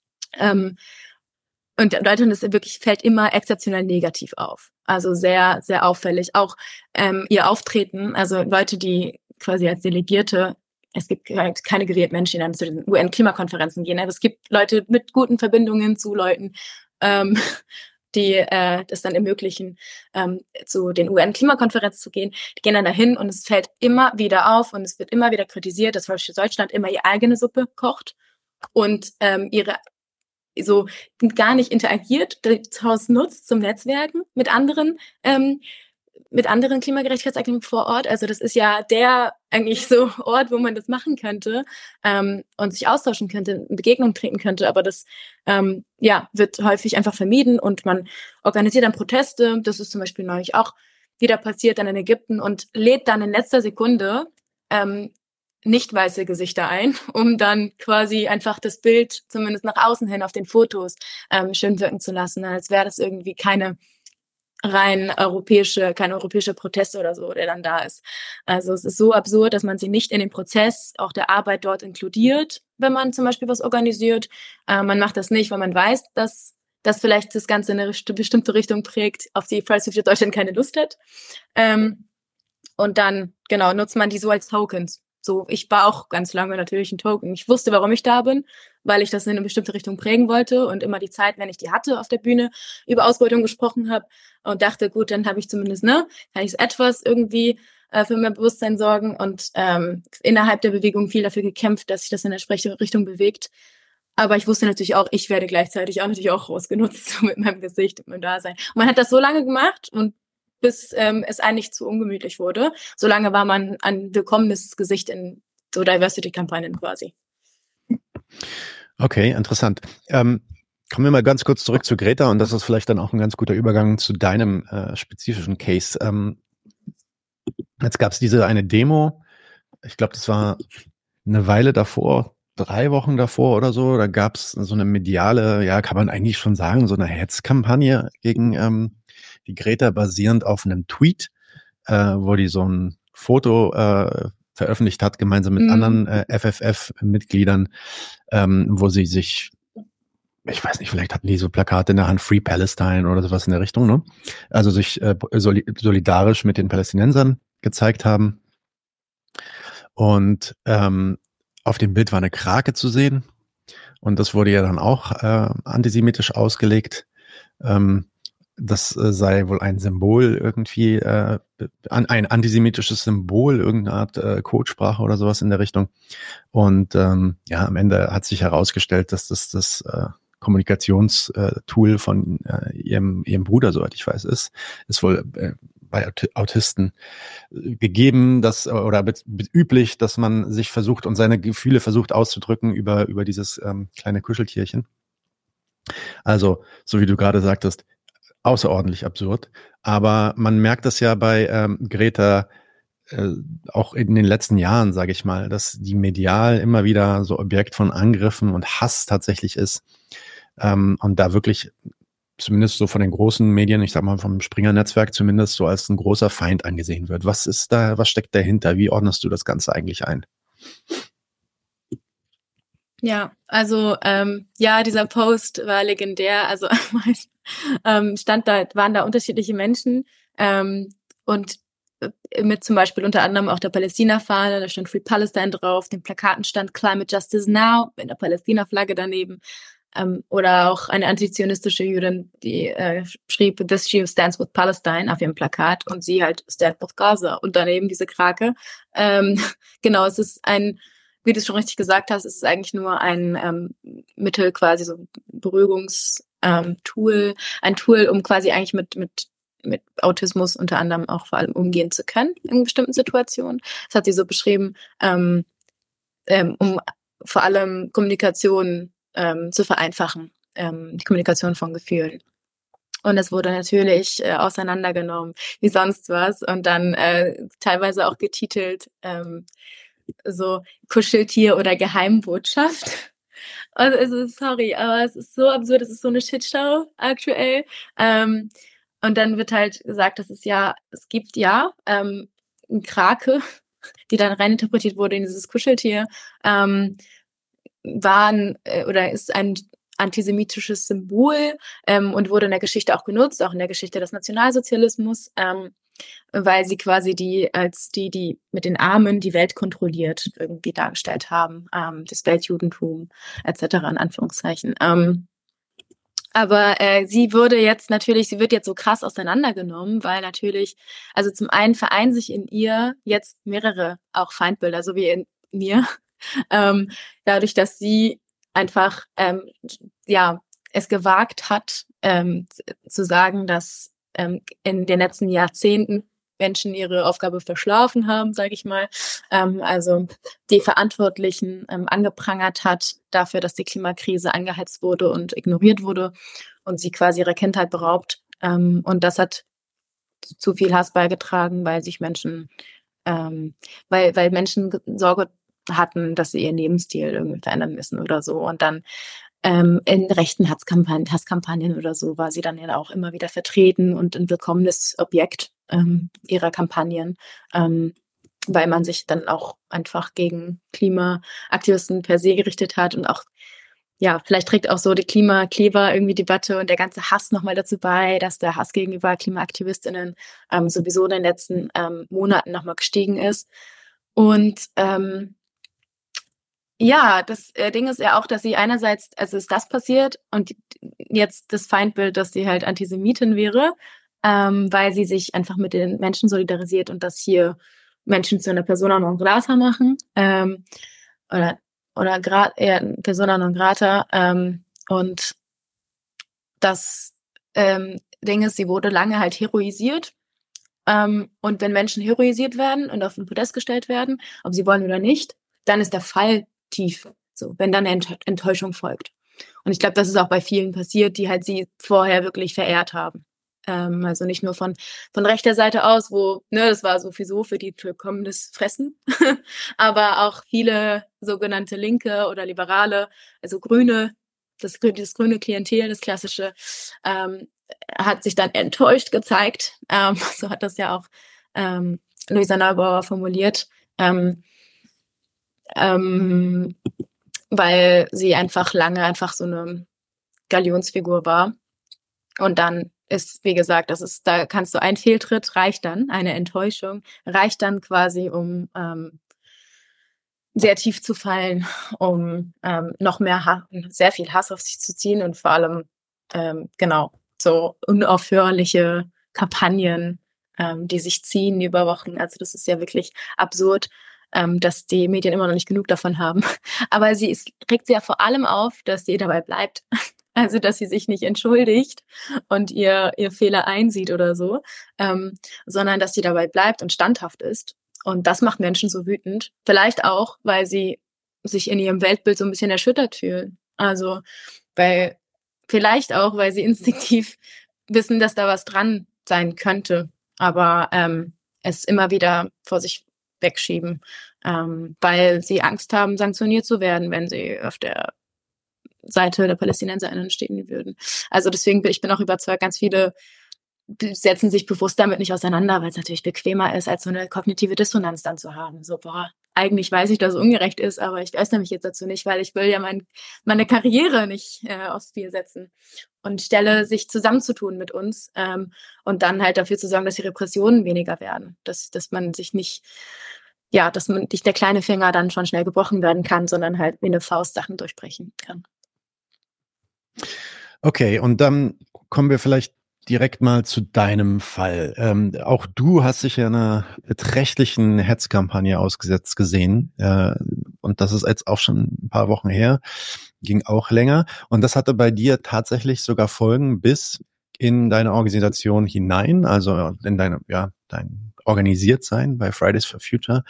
Und Deutschland ist wirklich, fällt immer exzeptionell negativ auf. Also sehr, sehr auffällig. Auch ähm, ihr Auftreten, also Leute, die quasi als Delegierte, es gibt keine gewählten Menschen, die dann zu den U N-Klimakonferenzen gehen, aber es gibt Leute mit guten Verbindungen zu Leuten, ähm, die äh, das dann ermöglichen, ähm, zu den U N-Klimakonferenzen zu gehen. Die gehen dann dahin und es fällt immer wieder auf und es wird immer wieder kritisiert, dass Deutschland immer ihre eigene Suppe kocht und ähm, ihre so gar nicht interagiert, das Haus nutzt zum Netzwerken mit anderen, ähm, mit anderen Klimagerechtigkeitsaktiven vor Ort. Also das ist ja der eigentlich so Ort, wo man das machen könnte ähm, und sich austauschen könnte, in Begegnung treten könnte. Aber das ähm, ja wird häufig einfach vermieden und man organisiert dann Proteste. Das ist zum Beispiel neulich auch wieder passiert dann in Ägypten und lädt dann in letzter Sekunde ähm, nicht weiße Gesichter ein, um dann quasi einfach das Bild zumindest nach außen hin auf den Fotos ähm, schön wirken zu lassen, als wäre das irgendwie keine rein europäische, keine europäische Proteste oder so, der dann da ist. Also es ist so absurd, dass man sie nicht in den Prozess auch der Arbeit dort inkludiert, wenn man zum Beispiel was organisiert. Äh, man macht das nicht, weil man weiß, dass das vielleicht das Ganze in eine bestimmte Richtung prägt, auf die Fridays for Future Deutschland keine Lust hat. Ähm, und dann, genau, nutzt man die so als Tokens. So, ich war auch ganz lange natürlich ein Token. Ich wusste, warum ich da bin, weil ich das in eine bestimmte Richtung prägen wollte und immer die Zeit, wenn ich die hatte auf der Bühne, über Ausbeutung gesprochen habe und dachte, gut, dann habe ich zumindest, ne, kann ich etwas irgendwie äh, für mein Bewusstsein sorgen und ähm, innerhalb der Bewegung viel dafür gekämpft, dass sich das in der entsprechende Richtung bewegt. Aber ich wusste natürlich auch, ich werde gleichzeitig auch natürlich auch rausgenutzt so mit meinem Gesicht und meinem Dasein. Und man hat das so lange gemacht und bis ähm, es eigentlich zu ungemütlich wurde. Solange war man ein willkommenes Gesicht in so Diversity-Kampagnen quasi. Okay, interessant. Ähm, kommen wir mal ganz kurz zurück zu Greta und das ist vielleicht dann auch ein ganz guter Übergang zu deinem äh, spezifischen Case. Ähm, jetzt gab es diese eine Demo, ich glaube, das war eine Weile davor, drei Wochen davor oder so, da gab es so eine mediale, ja, kann man eigentlich schon sagen, so eine Hetzkampagne gegen ähm, die Greta basierend auf einem Tweet, äh, wo die so ein Foto äh, veröffentlicht hat, gemeinsam mit mhm. anderen äh, F F F-Mitgliedern, ähm, wo sie sich, ich weiß nicht, vielleicht hatten die so Plakate in der Hand, Free Palestine oder sowas in der Richtung, ne? Also sich äh, solidarisch mit den Palästinensern gezeigt haben. Und ähm, auf dem Bild war eine Krake zu sehen. Und das wurde ja dann auch äh, antisemitisch ausgelegt. Ähm, Das äh, sei wohl ein Symbol irgendwie, äh, ein antisemitisches Symbol, irgendeine Art äh, Codesprache oder sowas in der Richtung. Und ähm, ja, am Ende hat sich herausgestellt, dass das das äh, Kommunikationstool von äh, ihrem, ihrem Bruder, soweit ich weiß, ist. Ist wohl äh, bei Autisten gegeben, dass oder be- be- üblich, dass man sich versucht und seine Gefühle versucht auszudrücken über über dieses ähm, kleine Kuscheltierchen. Also, so wie du gerade sagtest, außerordentlich absurd. Aber man merkt das ja bei ähm, Greta äh, auch in den letzten Jahren, sage ich mal, dass die medial immer wieder so Objekt von Angriffen und Hass tatsächlich ist. Ähm, und da wirklich zumindest so von den großen Medien, ich sag mal vom Springer-Netzwerk zumindest so als ein großer Feind angesehen wird. Was ist da, was steckt dahinter? Wie ordnest du das Ganze eigentlich ein? Ja, also ähm, ja, dieser Post war legendär. Also ähm, stand da, waren da unterschiedliche Menschen ähm, und mit zum Beispiel unter anderem auch der Palästina-Fahne, da stand Free Palestine drauf, den Plakaten stand Climate Justice Now mit einer Palästina-Flagge daneben. Ähm, oder auch eine antizionistische Jüdin, die äh, schrieb, "This Jew stands with Palestine" auf ihrem Plakat und sie halt "Stand with Gaza" und daneben diese Krake. Ähm, genau, es ist ein, wie du es schon richtig gesagt hast, es ist eigentlich nur ein ähm, Mittel, quasi so Beruhigungs- ähm, Tool, ein Tool, um quasi eigentlich mit, mit mit Autismus unter anderem auch vor allem umgehen zu können in bestimmten Situationen. Das hat sie so beschrieben, ähm, ähm, um vor allem Kommunikation ähm, zu vereinfachen, ähm, die Kommunikation von Gefühlen. Und es wurde natürlich äh, auseinandergenommen, wie sonst was, und dann äh, teilweise auch getitelt, ähm, so Kuscheltier oder Geheimbotschaft. Also, also sorry, aber es ist so absurd, es ist so eine Shitshow aktuell. Ähm, und dann wird halt gesagt, dass es ja, es gibt ja ähm, eine Krake, die dann reininterpretiert wurde in dieses Kuscheltier, ähm, waren äh, oder ist ein antisemitisches Symbol ähm, und wurde in der Geschichte auch genutzt, auch in der Geschichte des Nationalsozialismus, ähm, weil sie quasi die als die, die mit den Armen die Welt kontrolliert, irgendwie dargestellt haben, ähm, das Weltjudentum et cetera in Anführungszeichen. Ähm, aber äh, sie würde jetzt natürlich, sie wird jetzt so krass auseinandergenommen, weil natürlich, also zum einen vereinen sich in ihr jetzt mehrere auch Feindbilder, so wie in mir, ähm, dadurch, dass sie einfach ähm, ja es gewagt hat, ähm, zu sagen, dass ähm, in den letzten Jahrzehnten Menschen ihre Aufgabe verschlafen haben, sage ich mal. Ähm, also die Verantwortlichen ähm, angeprangert hat dafür, dass die Klimakrise angeheizt wurde und ignoriert wurde und sie quasi ihrer Kindheit beraubt. Ähm, und das hat zu viel Hass beigetragen, weil sich Menschen, ähm, weil, weil Menschen Sorge hatten, dass sie ihren Lebensstil irgendwie verändern müssen oder so. Und dann ähm, in rechten Hasskampagnen, Hasskampagnen oder so war sie dann ja auch immer wieder vertreten und ein willkommenes Objekt ähm, ihrer Kampagnen, ähm, weil man sich dann auch einfach gegen Klimaaktivisten per se gerichtet hat und auch, ja, vielleicht trägt auch so die Klimakleber irgendwie Debatte und der ganze Hass nochmal dazu bei, dass der Hass gegenüber KlimaaktivistInnen ähm, sowieso in den letzten ähm, Monaten nochmal gestiegen ist. Und ähm, ja, das äh, Ding ist ja auch, dass sie einerseits, also ist das passiert und jetzt das Feindbild, dass sie halt Antisemitin wäre, ähm, weil sie sich einfach mit den Menschen solidarisiert und das hier Menschen zu einer Persona non grata machen, ähm, oder oder gra- eher Persona non grata, ähm, und das ähm, Ding ist, sie wurde lange halt heroisiert, ähm, und wenn Menschen heroisiert werden und auf den Podest gestellt werden, ob sie wollen oder nicht, dann ist der Fall tief, so, wenn dann eine Ent- Enttäuschung folgt. Und ich glaube, das ist auch bei vielen passiert, die halt sie vorher wirklich verehrt haben. Ähm, also nicht nur von, von rechter Seite aus, wo, ne, das war sowieso für die willkommenes Fressen, aber auch viele sogenannte Linke oder Liberale, also Grüne, das, grü- das grüne Klientel, das klassische, ähm, hat sich dann enttäuscht gezeigt. Ähm, so hat das ja auch ähm, Luisa Neubauer formuliert. Ähm, ähm, weil sie einfach lange einfach so eine Galionsfigur war. Und dann ist, wie gesagt, das ist, da kannst du ein Fehltritt, reicht dann, eine Enttäuschung, reicht dann quasi, um ähm, sehr tief zu fallen, um ähm, noch mehr, ha- sehr viel Hass auf sich zu ziehen und vor allem, ähm, genau, so unaufhörliche Kampagnen, ähm, die sich ziehen über Wochen. Also das ist ja wirklich absurd, ähm, dass die Medien immer noch nicht genug davon haben. Aber sie ist, regt sie ja vor allem auf, dass sie dabei bleibt. Also, dass sie sich nicht entschuldigt und ihr, ihr Fehler einsieht oder so, ähm, sondern dass sie dabei bleibt und standhaft ist. Und das macht Menschen so wütend. Vielleicht auch, weil sie sich in ihrem Weltbild so ein bisschen erschüttert fühlen. Also, weil, vielleicht auch, weil sie instinktiv wissen, dass da was dran sein könnte, aber ähm, es immer wieder vor sich wegschieben, ähm, weil sie Angst haben, sanktioniert zu werden, wenn sie auf der Seite der PalästinenserInnen stehen würden. Also deswegen bin ich bin auch überzeugt, ganz viele setzen sich bewusst damit nicht auseinander, weil es natürlich bequemer ist, als so eine kognitive Dissonanz dann zu haben. So, boah, eigentlich weiß ich, dass es ungerecht ist, aber ich äußere mich jetzt dazu nicht, weil ich will ja mein, meine Karriere nicht äh, aufs Spiel setzen und stelle sich zusammenzutun mit uns ähm, und dann halt dafür zu sorgen, dass die Repressionen weniger werden, dass, dass man sich nicht, ja, dass man nicht der kleine Finger dann schon schnell gebrochen werden kann, sondern halt wie eine Faust Sachen durchbrechen kann. Okay, und dann kommen wir vielleicht direkt mal zu deinem Fall. Ähm, auch du hast dich ja einer beträchtlichen Hetzkampagne ausgesetzt gesehen. Äh, und das ist jetzt auch schon ein paar Wochen her, ging auch länger. Und das hatte bei dir tatsächlich sogar Folgen bis in deine Organisation hinein, also in deine, ja, dein Organisiertsein bei Fridays for Future.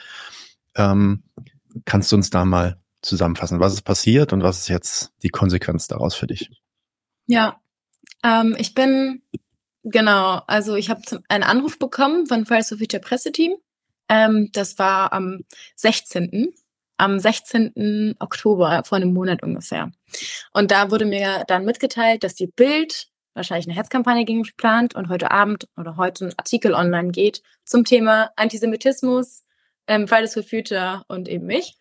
Ähm, kannst du uns da mal zusammenfassen, was ist passiert und was ist jetzt die Konsequenz daraus für dich? Ja, ähm, ich bin, genau, also ich habe einen Anruf bekommen von Fridays for Future Presseteam. Ähm, das war am sechzehnten Am sechzehnten Oktober, vor einem Monat ungefähr. Und da wurde mir dann mitgeteilt, dass die Bild wahrscheinlich eine Hetzkampagne gegen mich plant und heute Abend oder heute ein Artikel online geht zum Thema Antisemitismus, ähm, Fridays for Future und eben mich.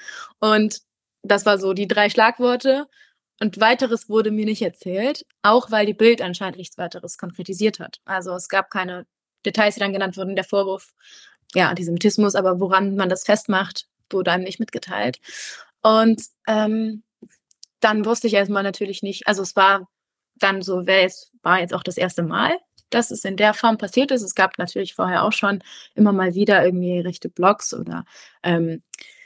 Und das war so die drei Schlagworte. Und weiteres wurde mir nicht erzählt, auch weil die Bild anscheinend nichts weiteres konkretisiert hat. Also es gab keine Details, die dann genannt wurden. Der Vorwurf, ja, Antisemitismus, aber woran man das festmacht, wurde einem nicht mitgeteilt. Und ähm, dann wusste ich erstmal natürlich nicht, also es war dann so, wer jetzt, war jetzt auch das erste Mal, dass es in der Form passiert ist. Es gab natürlich vorher auch schon immer mal wieder irgendwie rechte Blogs oder ähm,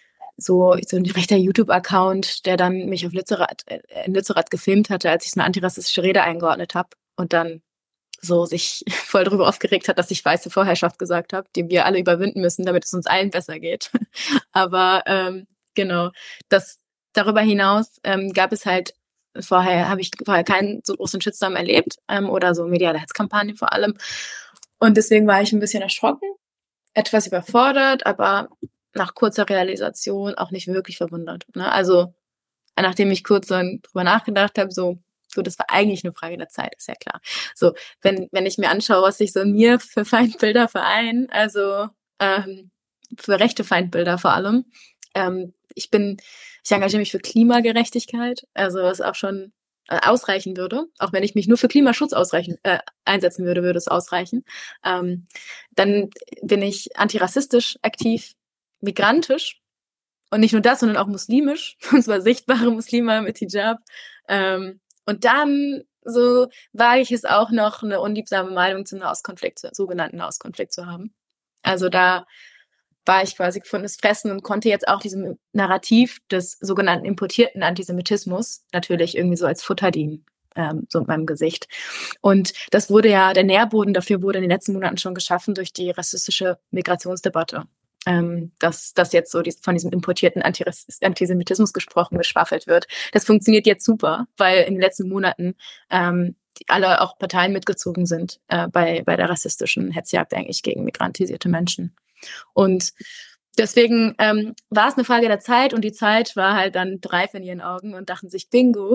so, so ein rechter YouTube-Account, der dann mich auf Lützerath, äh, in Lützerath gefilmt hatte, als ich so eine antirassistische Rede eingeordnet habe und dann so sich voll darüber aufgeregt hat, dass ich weiße Vorherrschaft gesagt habe, die wir alle überwinden müssen, damit es uns allen besser geht. Aber ähm, genau, das darüber hinaus ähm, gab es halt vorher, habe ich vorher keinen so großen Shitstorm erlebt ähm, oder so mediale Hetzkampagnen vor allem. Und deswegen war ich ein bisschen erschrocken, etwas überfordert, aber nach kurzer Realisation auch nicht wirklich verwundert. Ne? Also nachdem ich kurz dann drüber nachgedacht habe, so, so, das war eigentlich eine Frage der Zeit, ist ja klar. So, wenn, wenn ich mir anschaue, was sich so in mir für Feindbilder vereinen, also ähm, für rechte Feindbilder vor allem. Ähm, ich bin, ich engagiere mich für Klimagerechtigkeit, also was auch schon äh, ausreichen würde, auch wenn ich mich nur für Klimaschutz ausreichen, äh, einsetzen würde, würde es ausreichen. Ähm, dann bin ich antirassistisch aktiv, migrantisch und nicht nur das, sondern auch muslimisch, und zwar sichtbare Muslime mit Hijab. Ähm, und dann so wage ich es auch noch, eine unliebsame Meinung zum Nahostkonflikt, zum sogenannten Nahostkonflikt zu haben. Also da war ich quasi gefundenes Fressen und konnte jetzt auch diesem Narrativ des sogenannten importierten Antisemitismus natürlich irgendwie so als Futter dienen, ähm, so mit meinem Gesicht. Und das wurde ja, der Nährboden dafür wurde in den letzten Monaten schon geschaffen durch die rassistische Migrationsdebatte. Ähm, dass, dass jetzt so dies, von diesem importierten Antirass- Antisemitismus gesprochen, geschwafelt wird. Das funktioniert jetzt super, weil in den letzten Monaten ähm, die alle auch Parteien mitgezogen sind äh, bei, bei der rassistischen Hetzjagd eigentlich gegen migrantisierte Menschen. Und deswegen ähm, war es eine Frage der Zeit und die Zeit war halt dann reif in ihren Augen und dachten sich, Bingo.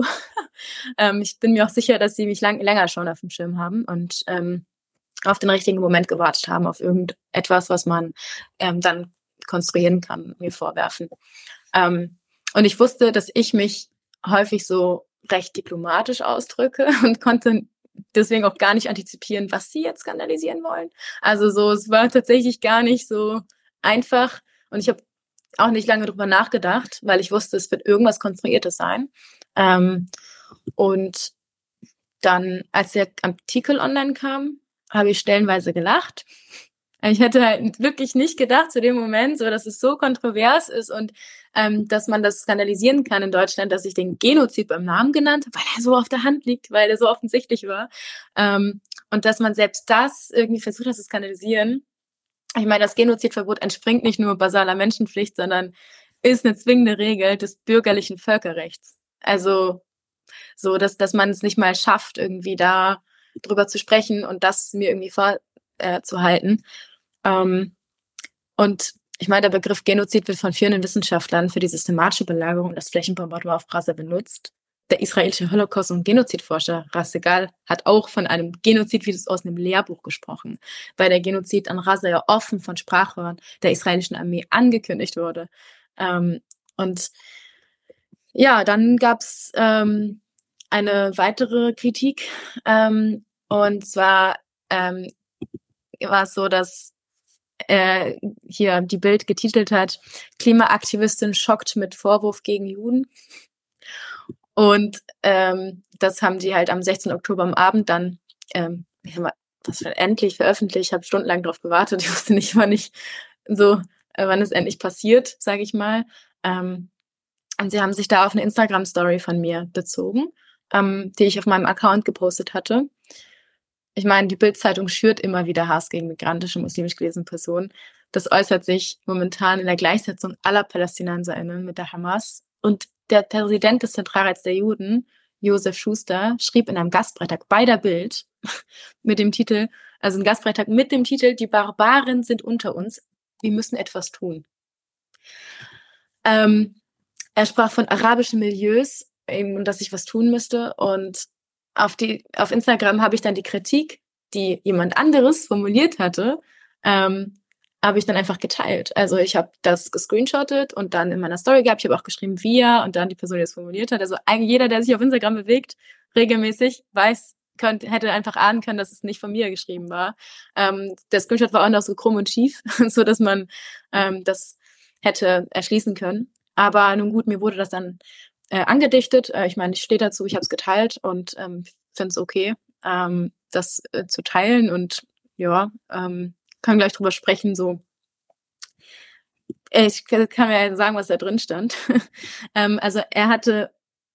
ähm, ich bin mir auch sicher, dass sie mich lang, länger schon auf dem Schirm haben und ähm, auf den richtigen Moment gewartet haben, auf irgendetwas, was man ähm, dann konstruieren kann, mir vorwerfen. Ähm, und ich wusste, dass ich mich häufig so recht diplomatisch ausdrücke und konnte deswegen auch gar nicht antizipieren, was sie jetzt skandalisieren wollen. Also so, es war tatsächlich gar nicht so einfach und ich habe auch nicht lange drüber nachgedacht, weil ich wusste, es wird irgendwas Konstruiertes sein. Ähm, und dann, als der Artikel online kam, habe ich stellenweise gelacht. Ich hätte halt wirklich nicht gedacht zu dem Moment, so dass es so kontrovers ist und ähm, dass man das skandalisieren kann in Deutschland, dass ich den Genozid beim Namen genannt habe, weil er so auf der Hand liegt, weil er so offensichtlich war. Ähm, und dass man selbst das irgendwie versucht hat zu skandalisieren. Ich meine, das Genozidverbot entspringt nicht nur basaler Menschenpflicht, sondern ist eine zwingende Regel des bürgerlichen Völkerrechts. Also so, dass, dass man es nicht mal schafft, irgendwie da drüber zu sprechen und das mir irgendwie vorzuhalten. Äh, ähm, und ich meine, der Begriff Genozid wird von führenden Wissenschaftlern für die systematische Belagerung und das Flächenbombardement auf Gaza benutzt. der israelische Holocaust- und Genozidforscher Rassegal hat auch von einem Genozid wie aus einem Lehrbuch gesprochen, weil der Genozid an Raza ja offen von Sprachrohren der israelischen Armee angekündigt wurde. Ähm, und ja, dann gab's ähm, eine weitere Kritik, ähm, und zwar ähm, war es so, dass äh, hier die Bild getitelt hat, Klimaaktivistin schockt mit Vorwurf gegen Juden. Und ähm, das haben die halt am sechzehnten Oktober am Abend dann, ähm, was für endlich veröffentlicht, ich habe stundenlang darauf gewartet, ich wusste nicht, wann ich so, äh, wann es endlich passiert, sage ich mal. Ähm, und sie haben sich da auf eine Instagram-Story von mir bezogen, ähm, die ich auf meinem Account gepostet hatte. Ich meine, die Bild-Zeitung schürt immer wieder Hass gegen migrantische, muslimisch gelesene Personen. Das äußert sich momentan in der Gleichsetzung aller PalästinenserInnen mit der Hamas. Und der Präsident des Zentralrats der Juden, Josef Schuster, schrieb in einem Gastbeitrag bei der Bild mit dem Titel, also ein Gastbeitrag mit dem Titel, die Barbaren sind unter uns, wir müssen etwas tun. Ähm, er sprach von arabischen Milieus, eben, dass ich was tun müsste. Und auf, die, auf Instagram habe ich dann die Kritik, die jemand anderes formuliert hatte, ähm, habe ich dann einfach geteilt. Also ich habe das gescreenshottet und dann in meiner Story gehabt. Ich habe auch geschrieben, wir und dann die Person, die das formuliert hat. Also eigentlich jeder, der sich auf Instagram bewegt, regelmäßig, weiß, könnte, hätte einfach ahnen können, dass es nicht von mir geschrieben war. Ähm, der Screenshot war auch noch so krumm und schief, so dass man ähm, das hätte erschließen können. Aber nun gut, mir wurde das dann äh, angedichtet. Äh, ich meine, ich stehe dazu, ich habe es geteilt und ähm, finde es okay, ähm, das äh, zu teilen. Und ja, ähm, kann gleich drüber sprechen, so. Ich kann mir ja sagen, was da drin stand. ähm, also er hatte,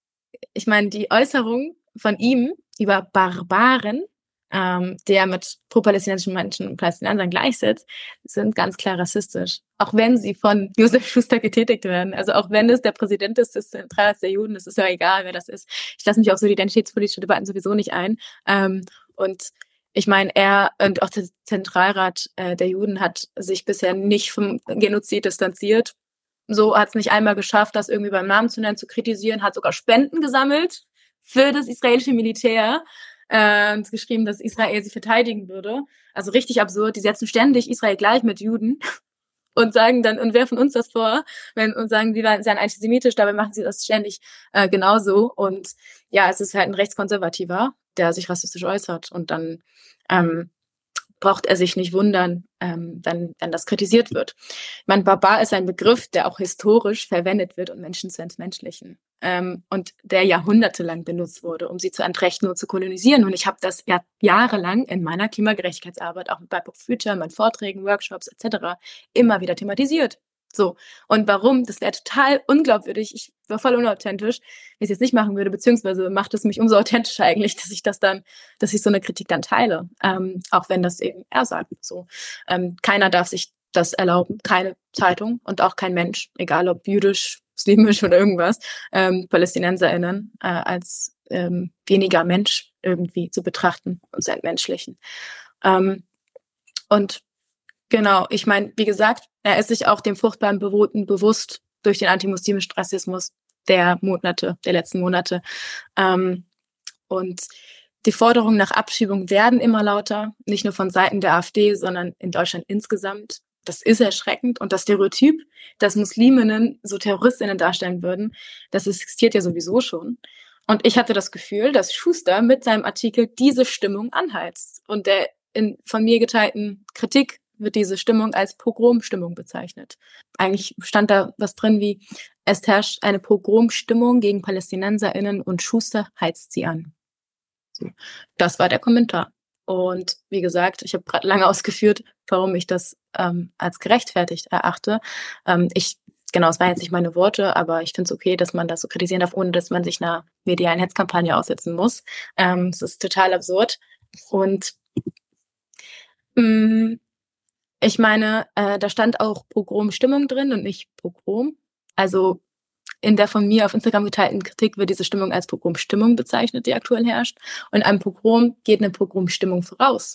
ich meine, die Äußerung von ihm über Barbaren, ähm, der mit pro-palästinensischen Menschen und Palästinensern gleichsetzt, sind ganz klar rassistisch. Auch wenn sie von Josef Schuster getätigt werden. Also auch wenn es der Präsident ist des Zentralrats der Juden, das ist ja egal, wer das ist. Ich lasse mich auf so die identitätspolitische Debatten sowieso nicht ein. Ähm, und ich meine, er und auch der Zentralrat äh, der Juden hat sich bisher nicht vom Genozid distanziert. So hat es nicht einmal geschafft, das irgendwie beim Namen zu nennen, zu kritisieren, hat sogar Spenden gesammelt für das israelische Militär äh, und geschrieben, dass Israel sie verteidigen würde. Also richtig absurd. Die setzen ständig Israel gleich mit Juden und sagen dann und werfen uns das vor, wenn und sagen, die seien antisemitisch, dabei machen sie das ständig äh, genauso. Und ja, es ist halt ein Rechtskonservativer, der sich rassistisch äußert und dann ähm, braucht er sich nicht wundern, ähm, wenn, wenn das kritisiert wird. Ich meine, Barbar ist ein Begriff, der auch historisch verwendet wird, um Menschen zu entmenschlichen. Ähm, und der jahrhundertelang benutzt wurde, um sie zu entrechten und zu kolonisieren. Und ich habe das ja jahrelang in meiner Klimagerechtigkeitsarbeit, auch bei Book Future, in meinen Vorträgen, Workshops et cetera immer wieder thematisiert. So. Und warum? Das wäre total unglaubwürdig. Ich war voll unauthentisch, wenn ich es jetzt nicht machen würde, beziehungsweise macht es mich umso authentischer eigentlich, dass ich das dann, dass ich so eine Kritik dann teile. Ähm, auch wenn das eben er sagt. So. Ähm, keiner darf sich das erlauben. Keine Zeitung und auch kein Mensch, egal ob jüdisch, muslimisch oder irgendwas, ähm, PalästinenserInnen äh, als ähm, weniger Mensch irgendwie zu betrachten und zu entmenschlichen. Ähm, und genau, ich meine, wie gesagt, er ist sich auch dem fruchtbaren Bewohnten bewusst durch den antimuslimischen Rassismus der Monate, der letzten Monate. Ähm, und die Forderungen nach Abschiebung werden immer lauter, nicht nur von Seiten der AfD, sondern in Deutschland insgesamt. Das ist erschreckend. Und das Stereotyp, dass Musliminnen so TerroristInnen darstellen würden, das existiert ja sowieso schon. Und ich hatte das Gefühl, dass Schuster mit seinem Artikel diese Stimmung anheizt. Und der in von mir geteilten Kritik wird diese Stimmung als Pogromstimmung bezeichnet. Eigentlich stand da was drin wie, es herrscht eine Pogromstimmung gegen PalästinenserInnen und Schuster heizt sie an. So. Das war der Kommentar. Und wie gesagt, ich habe gerade lange ausgeführt, warum ich das ähm, als gerechtfertigt erachte. Ähm, ich, genau, es waren jetzt nicht meine Worte, aber ich finde es okay, dass man das so kritisieren darf, ohne dass man sich einer medialen Hetzkampagne aussetzen muss. Ähm, es ist total absurd. Und mh, ich meine, äh, da stand auch Pogromstimmung drin und nicht Pogrom. Also in der von mir auf Instagram geteilten Kritik wird diese Stimmung als Pogromstimmung bezeichnet, die aktuell herrscht. Und einem Pogrom geht eine Pogromstimmung voraus.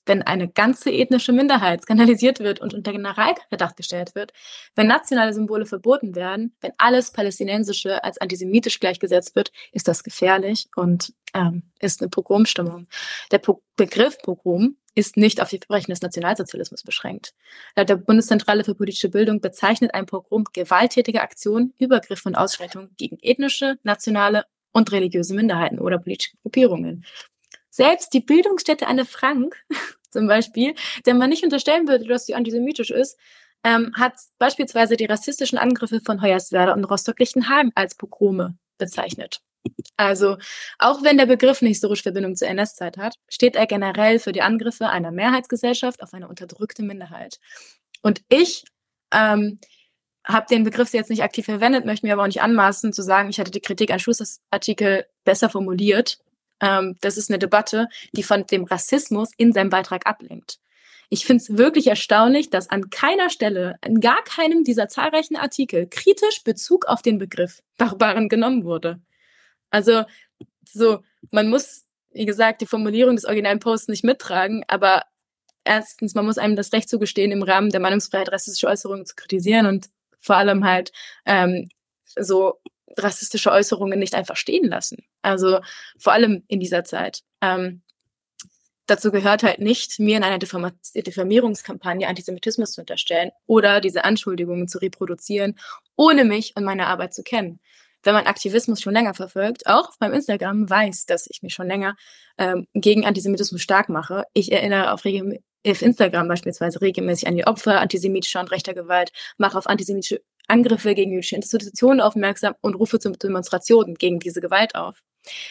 wenn eine ganze ethnische Minderheit skandalisiert wird und unter Generalverdacht gestellt wird, wenn nationale Symbole verboten werden, wenn alles Palästinensische als antisemitisch gleichgesetzt wird, ist das gefährlich und ähm, ist eine Pogromstimmung. Der po- Begriff Pogrom ist nicht auf die Verbrechen des Nationalsozialismus beschränkt. Laut der Bundeszentrale für politische Bildung bezeichnet ein Pogrom gewalttätige Aktionen, Übergriffe und Ausschreitungen gegen ethnische, nationale und religiöse Minderheiten oder politische Gruppierungen. Selbst die Bildungsstätte Anne Frank zum Beispiel, der man nicht unterstellen würde, dass sie antisemitisch ist, ähm, hat beispielsweise die rassistischen Angriffe von Hoyerswerda und Rostock-Lichtenhagen als Pogrome bezeichnet. Also auch wenn der Begriff eine historische Verbindung zur N S-Zeit hat, steht er generell für die Angriffe einer Mehrheitsgesellschaft auf eine unterdrückte Minderheit. Und ich ähm, habe den Begriff jetzt nicht aktiv verwendet, möchte mir aber auch nicht anmaßen zu sagen, ich hätte die Kritik an Schusters Artikel besser formuliert. Ähm, das ist eine Debatte, die von dem Rassismus in seinem Beitrag ablenkt. Ich finde es wirklich erstaunlich, dass an keiner Stelle, in gar keinem dieser zahlreichen Artikel kritisch Bezug auf den Begriff Barbaren genommen wurde. Also so, man muss, wie gesagt, die Formulierung des originalen Posts nicht mittragen, aber erstens, man muss einem das Recht zugestehen, im Rahmen der Meinungsfreiheit rassistische Äußerungen zu kritisieren und vor allem halt ähm, so rassistische Äußerungen nicht einfach stehen lassen. Also vor allem in dieser Zeit. Ähm, dazu gehört halt nicht, mir in einer Diffam- Diffamierungskampagne Antisemitismus zu unterstellen oder diese Anschuldigungen zu reproduzieren, ohne mich und meine Arbeit zu kennen. Wenn man Aktivismus schon länger verfolgt, auch auf meinem Instagram, weiß, dass ich mich schon länger ähm, gegen Antisemitismus stark mache. Ich erinnere auf, regel- auf Instagram beispielsweise regelmäßig an die Opfer antisemitischer und rechter Gewalt, mache auf antisemitische Angriffe gegen jüdische Institutionen aufmerksam und rufe zu Demonstrationen gegen diese Gewalt auf.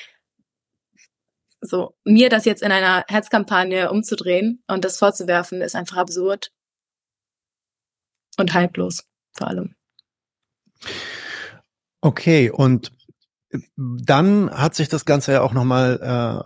So, mir das jetzt in einer Hetzkampagne umzudrehen und das vorzuwerfen, ist einfach absurd und haltlos, vor allem. Okay, und dann hat sich das Ganze ja auch nochmal,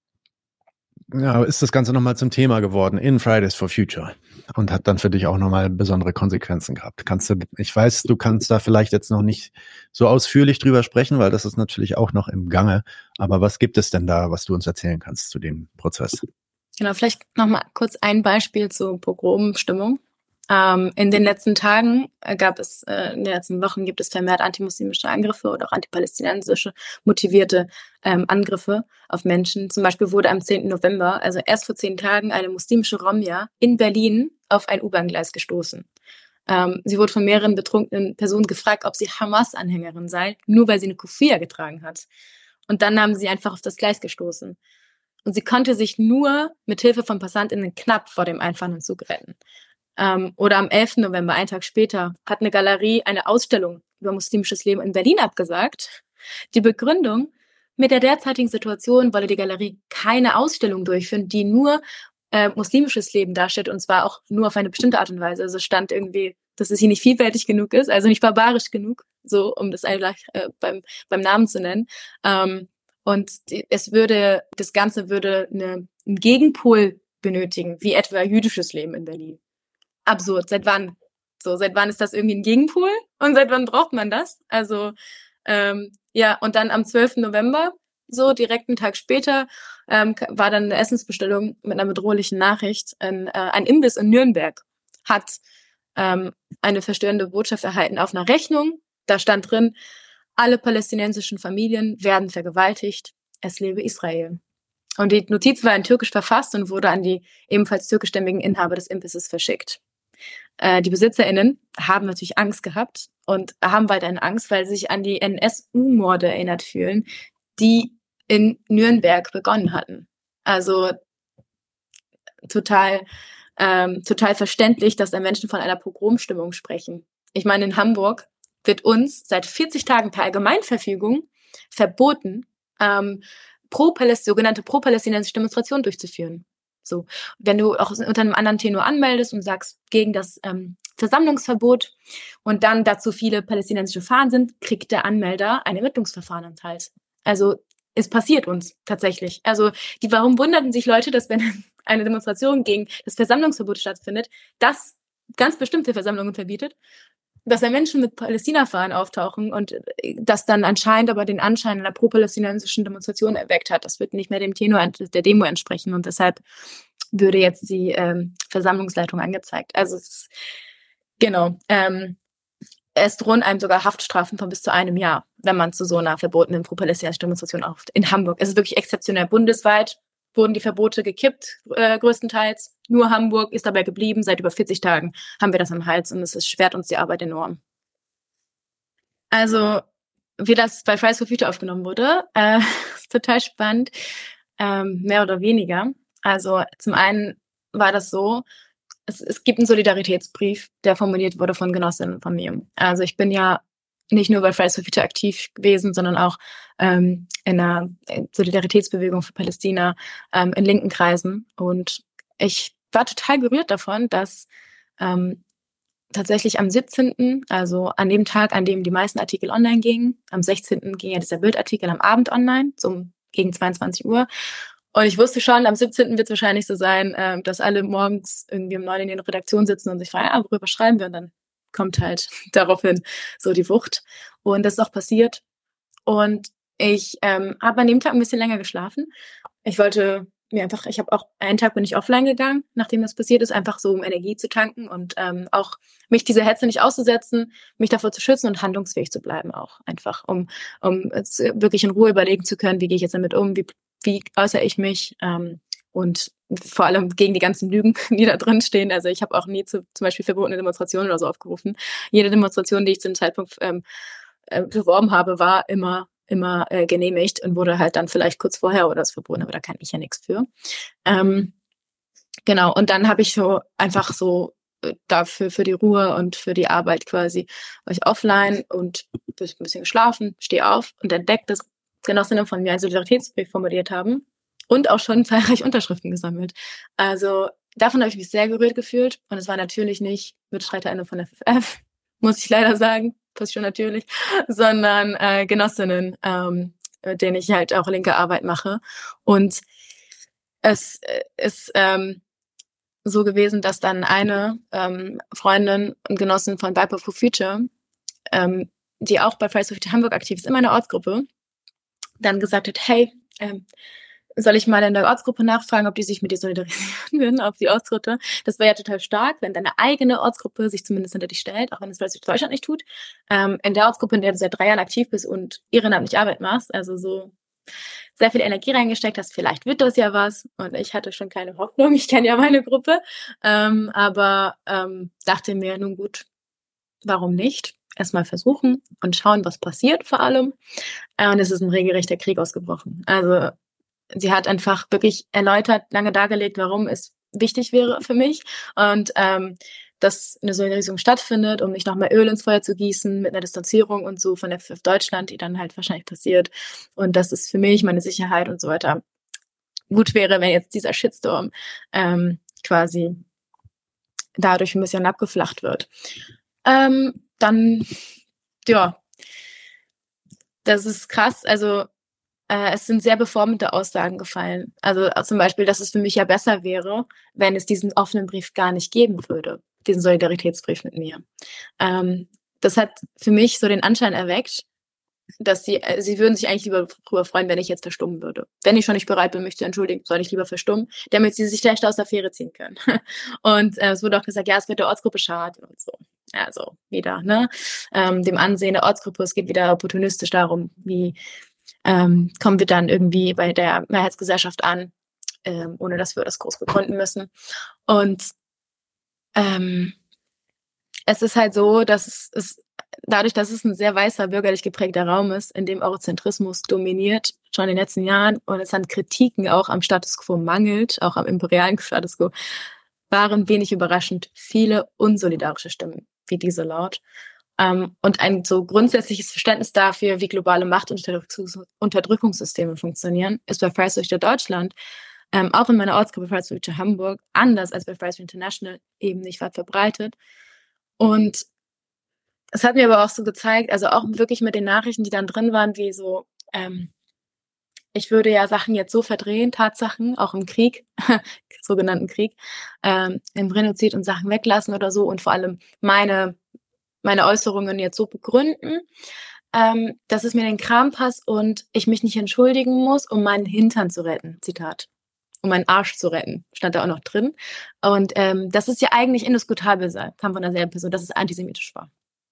äh, ja, ist das Ganze nochmal zum Thema geworden in Fridays for Future und hat dann für dich auch nochmal besondere Konsequenzen gehabt. Kannst du, ich weiß, du kannst da vielleicht jetzt noch nicht so ausführlich drüber sprechen, weil das ist natürlich auch noch im Gange, aber was gibt es denn da, was du uns erzählen kannst zu dem Prozess? Genau, vielleicht nochmal kurz ein Beispiel zur Pogromstimmung. Ähm, in den letzten Tagen gab es, äh, in den letzten Wochen gibt es vermehrt antimuslimische Angriffe oder auch antipalästinensische motivierte ähm, Angriffe auf Menschen. Zum Beispiel wurde am zehnten November, also erst vor zehn Tagen, eine muslimische Romja in Berlin auf ein U-Bahn-Gleis gestoßen. Ähm, sie wurde von mehreren betrunkenen Personen gefragt, ob sie Hamas-Anhängerin sei, nur weil sie eine Kufia getragen hat. Und dann haben sie einfach auf das Gleis gestoßen. Und sie konnte sich nur mit Hilfe von PassantInnen knapp vor dem einfahrenden Zug retten. Ähm, oder am elften November, einen Tag später, hat eine Galerie eine Ausstellung über muslimisches Leben in Berlin abgesagt. Die Begründung: mit der derzeitigen Situation wolle die Galerie keine Ausstellung durchführen, die nur äh, muslimisches Leben darstellt, und zwar auch nur auf eine bestimmte Art und Weise. Also stand irgendwie, dass es hier nicht vielfältig genug ist, also nicht barbarisch genug, so um das einfach äh, beim, beim Namen zu nennen. Ähm, und die, es würde, das Ganze würde eine, einen Gegenpol benötigen, wie etwa jüdisches Leben in Berlin. Absurd. Seit wann? So, seit wann ist das irgendwie ein Gegenpol? Und seit wann braucht man das? Also, ähm, ja, und dann am zwölften November, so direkt einen Tag später, ähm, war dann eine Essensbestellung mit einer bedrohlichen Nachricht. Ein, äh, ein Imbiss in Nürnberg hat ähm, eine verstörende Botschaft erhalten auf einer Rechnung. Da stand drin: alle palästinensischen Familien werden vergewaltigt. Es lebe Israel. Und die Notiz war in Türkisch verfasst und wurde an die ebenfalls türkischstämmigen Inhaber des Imbisses verschickt. Äh, die BesitzerInnen haben natürlich Angst gehabt und haben weiterhin Angst, weil sie sich an die N S U-Morde erinnert fühlen, die in Nürnberg begonnen hatten. Also total, ähm, total verständlich, dass da Menschen von einer Pogromstimmung sprechen. Ich meine, in Hamburg wird uns seit vierzig Tagen per Allgemeinverfügung verboten, ähm, pro sogenannte pro-palästinensische Demonstrationen durchzuführen. So, wenn du auch unter einem anderen Tenor anmeldest und sagst gegen das ähm, Versammlungsverbot und dann dazu viele palästinensische Fahnen sind, kriegt der Anmelder ein Ermittlungsverfahren ans Hals. Also es passiert uns tatsächlich. Also die, warum wunderten sich Leute, dass wenn eine Demonstration gegen das Versammlungsverbot stattfindet, das ganz bestimmte Versammlungen verbietet, dass da Menschen mit Palästina-Fahnen auftauchen und das dann anscheinend aber den Anschein einer pro-palästinensischen Demonstration erweckt hat. Das wird nicht mehr dem Tenor der Demo entsprechen und deshalb würde jetzt die ähm, Versammlungsleitung angezeigt. Also es, genau. Ähm, es drohen einem sogar Haftstrafen von bis zu einem Jahr, wenn man zu so einer verbotenen pro-palästinensischen Demonstration aufruft. In Hamburg. Es ist wirklich exzeptionell. Bundesweit wurden die Verbote gekippt, äh, größtenteils. Nur Hamburg ist dabei geblieben. Seit über vierzig Tagen haben wir das am Hals und es erschwert uns die Arbeit enorm. Also, wie das bei Fridays for Future aufgenommen wurde, äh, ist total spannend, ähm, mehr oder weniger. Also zum einen war das so, es, es gibt einen Solidaritätsbrief, der formuliert wurde von Genossinnen von mir. Also ich bin ja nicht nur bei Fridays for Future aktiv gewesen, sondern auch ähm, in einer Solidaritätsbewegung für Palästina, ähm, in linken Kreisen. Und ich war total gerührt davon, dass ähm, tatsächlich am siebzehnten, also an dem Tag, an dem die meisten Artikel online gingen, am sechzehnten ging ja dieser Bildartikel am Abend online, so gegen zweiundzwanzig Uhr. Und ich wusste schon, am siebzehnten wird es wahrscheinlich so sein, äh, dass alle morgens irgendwie um neun in der Redaktion sitzen und sich fragen, ah, worüber schreiben wir? Und dann kommt halt daraufhin so die Wucht. Und das ist auch passiert. Und ich ähm, habe an dem Tag ein bisschen länger geschlafen. Ich wollte mir einfach, ich habe auch, einen Tag bin ich offline gegangen, nachdem das passiert ist, einfach so, um Energie zu tanken und ähm, auch mich dieser Hetze nicht auszusetzen, mich davor zu schützen und handlungsfähig zu bleiben auch einfach, um, um wirklich in Ruhe überlegen zu können, wie gehe ich jetzt damit um, wie wie äußere ich mich ähm, und vor allem gegen die ganzen Lügen, die da drin stehen. Also ich habe auch nie zu zum Beispiel verbotene Demonstrationen oder so aufgerufen. Jede Demonstration, die ich zu dem Zeitpunkt ähm, äh, beworben habe, war immer immer äh, genehmigt und wurde halt dann vielleicht kurz vorher oder es verboten, aber da kann ich ja nichts für. Ähm, genau, und dann habe ich so einfach so äh, dafür für die Ruhe und für die Arbeit quasi war ich offline und ein bisschen geschlafen, stehe auf und entdecke, dass Genossinnen von mir einen Solidaritätsbrief formuliert haben und auch schon zahlreiche Unterschriften gesammelt. Also davon habe ich mich sehr gerührt gefühlt und es war natürlich nicht MitstreiterInnen von der F F F, muss ich leider sagen, fast schon natürlich, sondern äh, Genossinnen, ähm, mit denen ich halt auch linke Arbeit mache. Und es ist ähm, so gewesen, dass dann eine ähm, Freundin und Genossin von Bible for Future, ähm, die auch bei Fridays for Future Hamburg aktiv ist, in meiner Ortsgruppe, dann gesagt hat, hey, ähm, soll ich mal in der Ortsgruppe nachfragen, ob die sich mit dir solidarisieren würden, auf die Ortsgruppe. Das wäre ja total stark, wenn deine eigene Ortsgruppe sich zumindest hinter dich stellt, auch wenn es vielleicht Deutschland nicht tut. Ähm, in der Ortsgruppe, in der du seit drei Jahren aktiv bist und ehrenamtlich Arbeit machst, also so sehr viel Energie reingesteckt hast, vielleicht wird das ja was. Und ich hatte schon keine Hoffnung, ich kenne ja meine Gruppe, ähm, aber ähm, dachte mir, nun gut, warum nicht? Erstmal versuchen und schauen, was passiert vor allem. Und es ist ein regelrechter Krieg ausgebrochen. Also sie hat einfach wirklich erläutert, lange dargelegt, warum es wichtig wäre für mich und ähm, dass eine Solidarisierung stattfindet, um nicht noch mehr Öl ins Feuer zu gießen mit einer Distanzierung und so von der F F Deutschland, die dann halt wahrscheinlich passiert. Und dass es für mich, meine Sicherheit und so weiter gut wäre, wenn jetzt dieser Shitstorm ähm, quasi dadurch ein bisschen abgeflacht wird. Ähm, dann, ja, das ist krass. Also äh, es sind sehr beformende Aussagen gefallen. Also zum Beispiel, dass es für mich ja besser wäre, wenn es diesen offenen Brief gar nicht geben würde, diesen Solidaritätsbrief mit mir. Ähm, das hat für mich so den Anschein erweckt, dass sie, äh, sie würden sich eigentlich lieber darüber freuen, wenn ich jetzt verstummen würde. Wenn ich schon nicht bereit bin, mich zu entschuldigen, soll ich lieber verstummen, damit sie sich schlechter aus der Fähre ziehen können. Und äh, es wurde auch gesagt, ja, es wird der Ortsgruppe schaden und so. Also wieder, ne? Ähm, dem Ansehen der Ortsgruppe, es geht wieder opportunistisch darum, wie ähm, kommen wir dann irgendwie bei der Mehrheitsgesellschaft an, ähm, ohne dass wir das groß begründen müssen. Und ähm, es ist halt so, dass es, es dadurch, dass es ein sehr weißer, bürgerlich geprägter Raum ist, in dem Eurozentrismus dominiert, schon in den letzten Jahren, und es an Kritiken auch am Status quo mangelt, auch am imperialen Status quo, waren wenig überraschend viele unsolidarische Stimmen, wie diese laut. Um, und ein so grundsätzliches Verständnis dafür, wie globale Macht- und Unterdrückungssysteme funktionieren, ist bei Fridays for Future Deutschland, ähm, auch in meiner Ortsgruppe Fridays for Future Hamburg, anders als bei Fridays for International, eben nicht weit verbreitet. Und es hat mir aber auch so gezeigt, also auch wirklich mit den Nachrichten, die dann drin waren, wie so, ähm, ich würde ja Sachen jetzt so verdrehen, Tatsachen, auch im Krieg, sogenannten Krieg, ähm, im Genozid und Sachen weglassen oder so und vor allem meine meine Äußerungen jetzt so begründen, ähm, dass es mir in den Kram passt und ich mich nicht entschuldigen muss, um meinen Hintern zu retten. Zitat. um einen Arsch zu retten, stand da auch noch drin. Und ähm, das ist ja eigentlich indiskutabel, kam von derselben Person, dass es antisemitisch war.